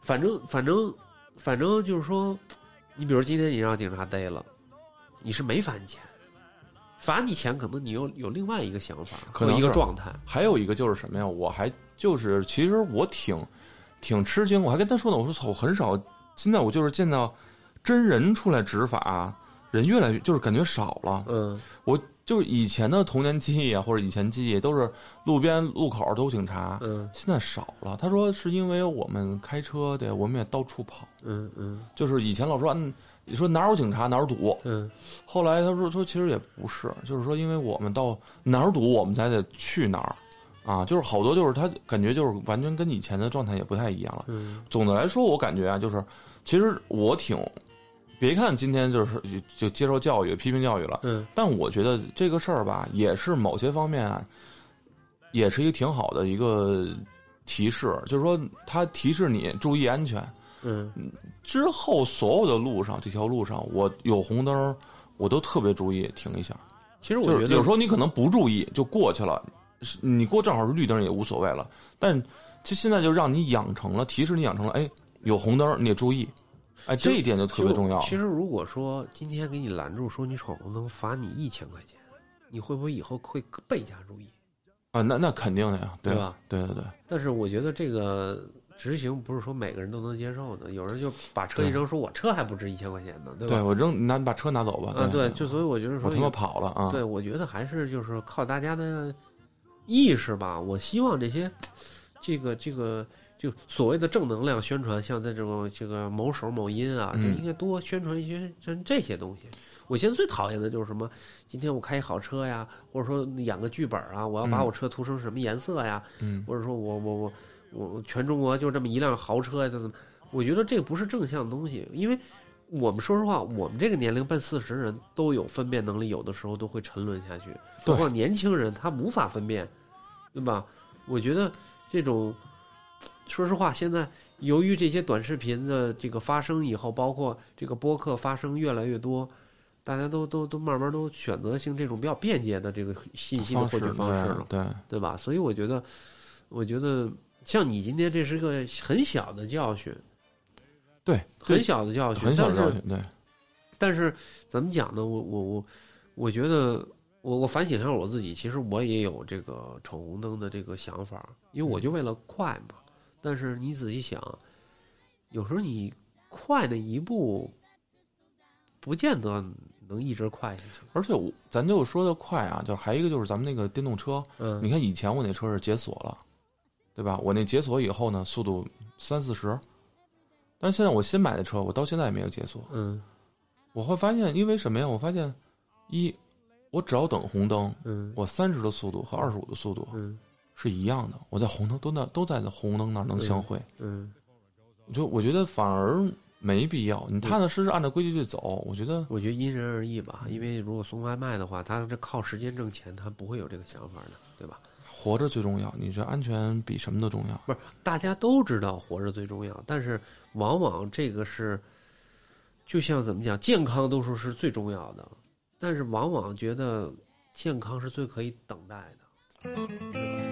反正就是说，你比如今天你让警察逮了，你是没罚你钱，罚你钱可能你有另外一个想法， 可能一个状态。 还有一个就是什么呀？我还就是其实我挺吃惊，我还跟他说呢，我说操，我很少，现在我就是见到真人出来执法，人越来越就是感觉少了。我就是以前的童年记忆啊，或者以前记忆都是路边路口都有警察，现在少了。他说是因为我们开车的，我们也到处跑，就是以前老说，你说哪有警察哪儿堵，后来他说其实也不是，就是说因为我们到哪儿堵，我们才得去哪儿。啊，就是好多，就是他感觉就是完全跟以前的状态也不太一样了。总的来说，我感觉啊，就是其实我别看今天就接受教育、批评教育了，但我觉得这个事儿吧，也是某些方面啊，也是一个挺好的一个提示，就是说他提示你注意安全。之后所有的路上，这条路上我有红灯，我都特别注意停一下。 其实我觉得有时候你可能不注意就过去了。你过正好是绿灯也无所谓了，但这现在就让你养成了提示你养成了，哎，有红灯你也注意，哎，这一点就特别重要。 其实如果说今天给你拦住，说你闯红灯罚你1000块钱，你会不会以后会倍加注意？ 啊，那肯定的呀， 对吧？ 对。 但是我觉得这个执行不是说每个人都能接受的，有人就把车一扔，说我车还不值1000块钱呢，对吧？ 对，我把车拿走吧。 对，就所以我觉得说我他妈跑了啊！ 对，我觉得还是就是靠大家的意识吧。我希望这些这个就所谓的正能量宣传，像在这个某手某音啊，就应该多宣传一些像这些东西。我现在最讨厌的就是什么，今天我开一好车呀，或者说演个剧本啊，我要把我车涂成什么颜色呀，或者说我全中国就这么一辆豪车呀，怎么？我觉得这不是正向的东西，因为我们说实话，我们这个年龄奔40人都有分辨能力，有的时候都会沉沦下去。何况年轻人他无法分辨，对吧？我觉得这种，说实话，现在由于这些短视频的这个发生以后，包括这个播客发生越来越多，大家都慢慢都选择性这种比较便捷的这个信息的获取方式了，对吧？所以我觉得像你今天这是个很小的教训。 对， 很小的教训， 很小的教训，对。 但是怎么讲呢？我觉得我反省一下我自己，其实我也有这个闯红灯的这个想法，因为我就为了快嘛。但是你仔细想，有时候你快那一步，不见得能一直快下去。 而且咱就说的快啊，就还有一个就是咱们那个电动车，你看以前我那车是解锁了，对吧？我那解锁以后呢，速度30-40。但是现在我新买的车，我到现在也没有解锁。我会发现，因为什么呀？我发现，我只要等红灯，我30的速度和25的速度，是一样的。我在红灯都在红灯那儿能相会。我觉得反而没必要，你踏踏实实按照规矩去走。我觉得因人而异吧。因为如果送外卖的话，他这靠时间挣钱，他不会有这个想法的，对吧？ 活着最重要，你这安全比什么都重要。 不是，大家都知道活着最重要，但是往往这个是，就像怎么讲，健康都说是最重要的，但是往往觉得健康是最可以等待的。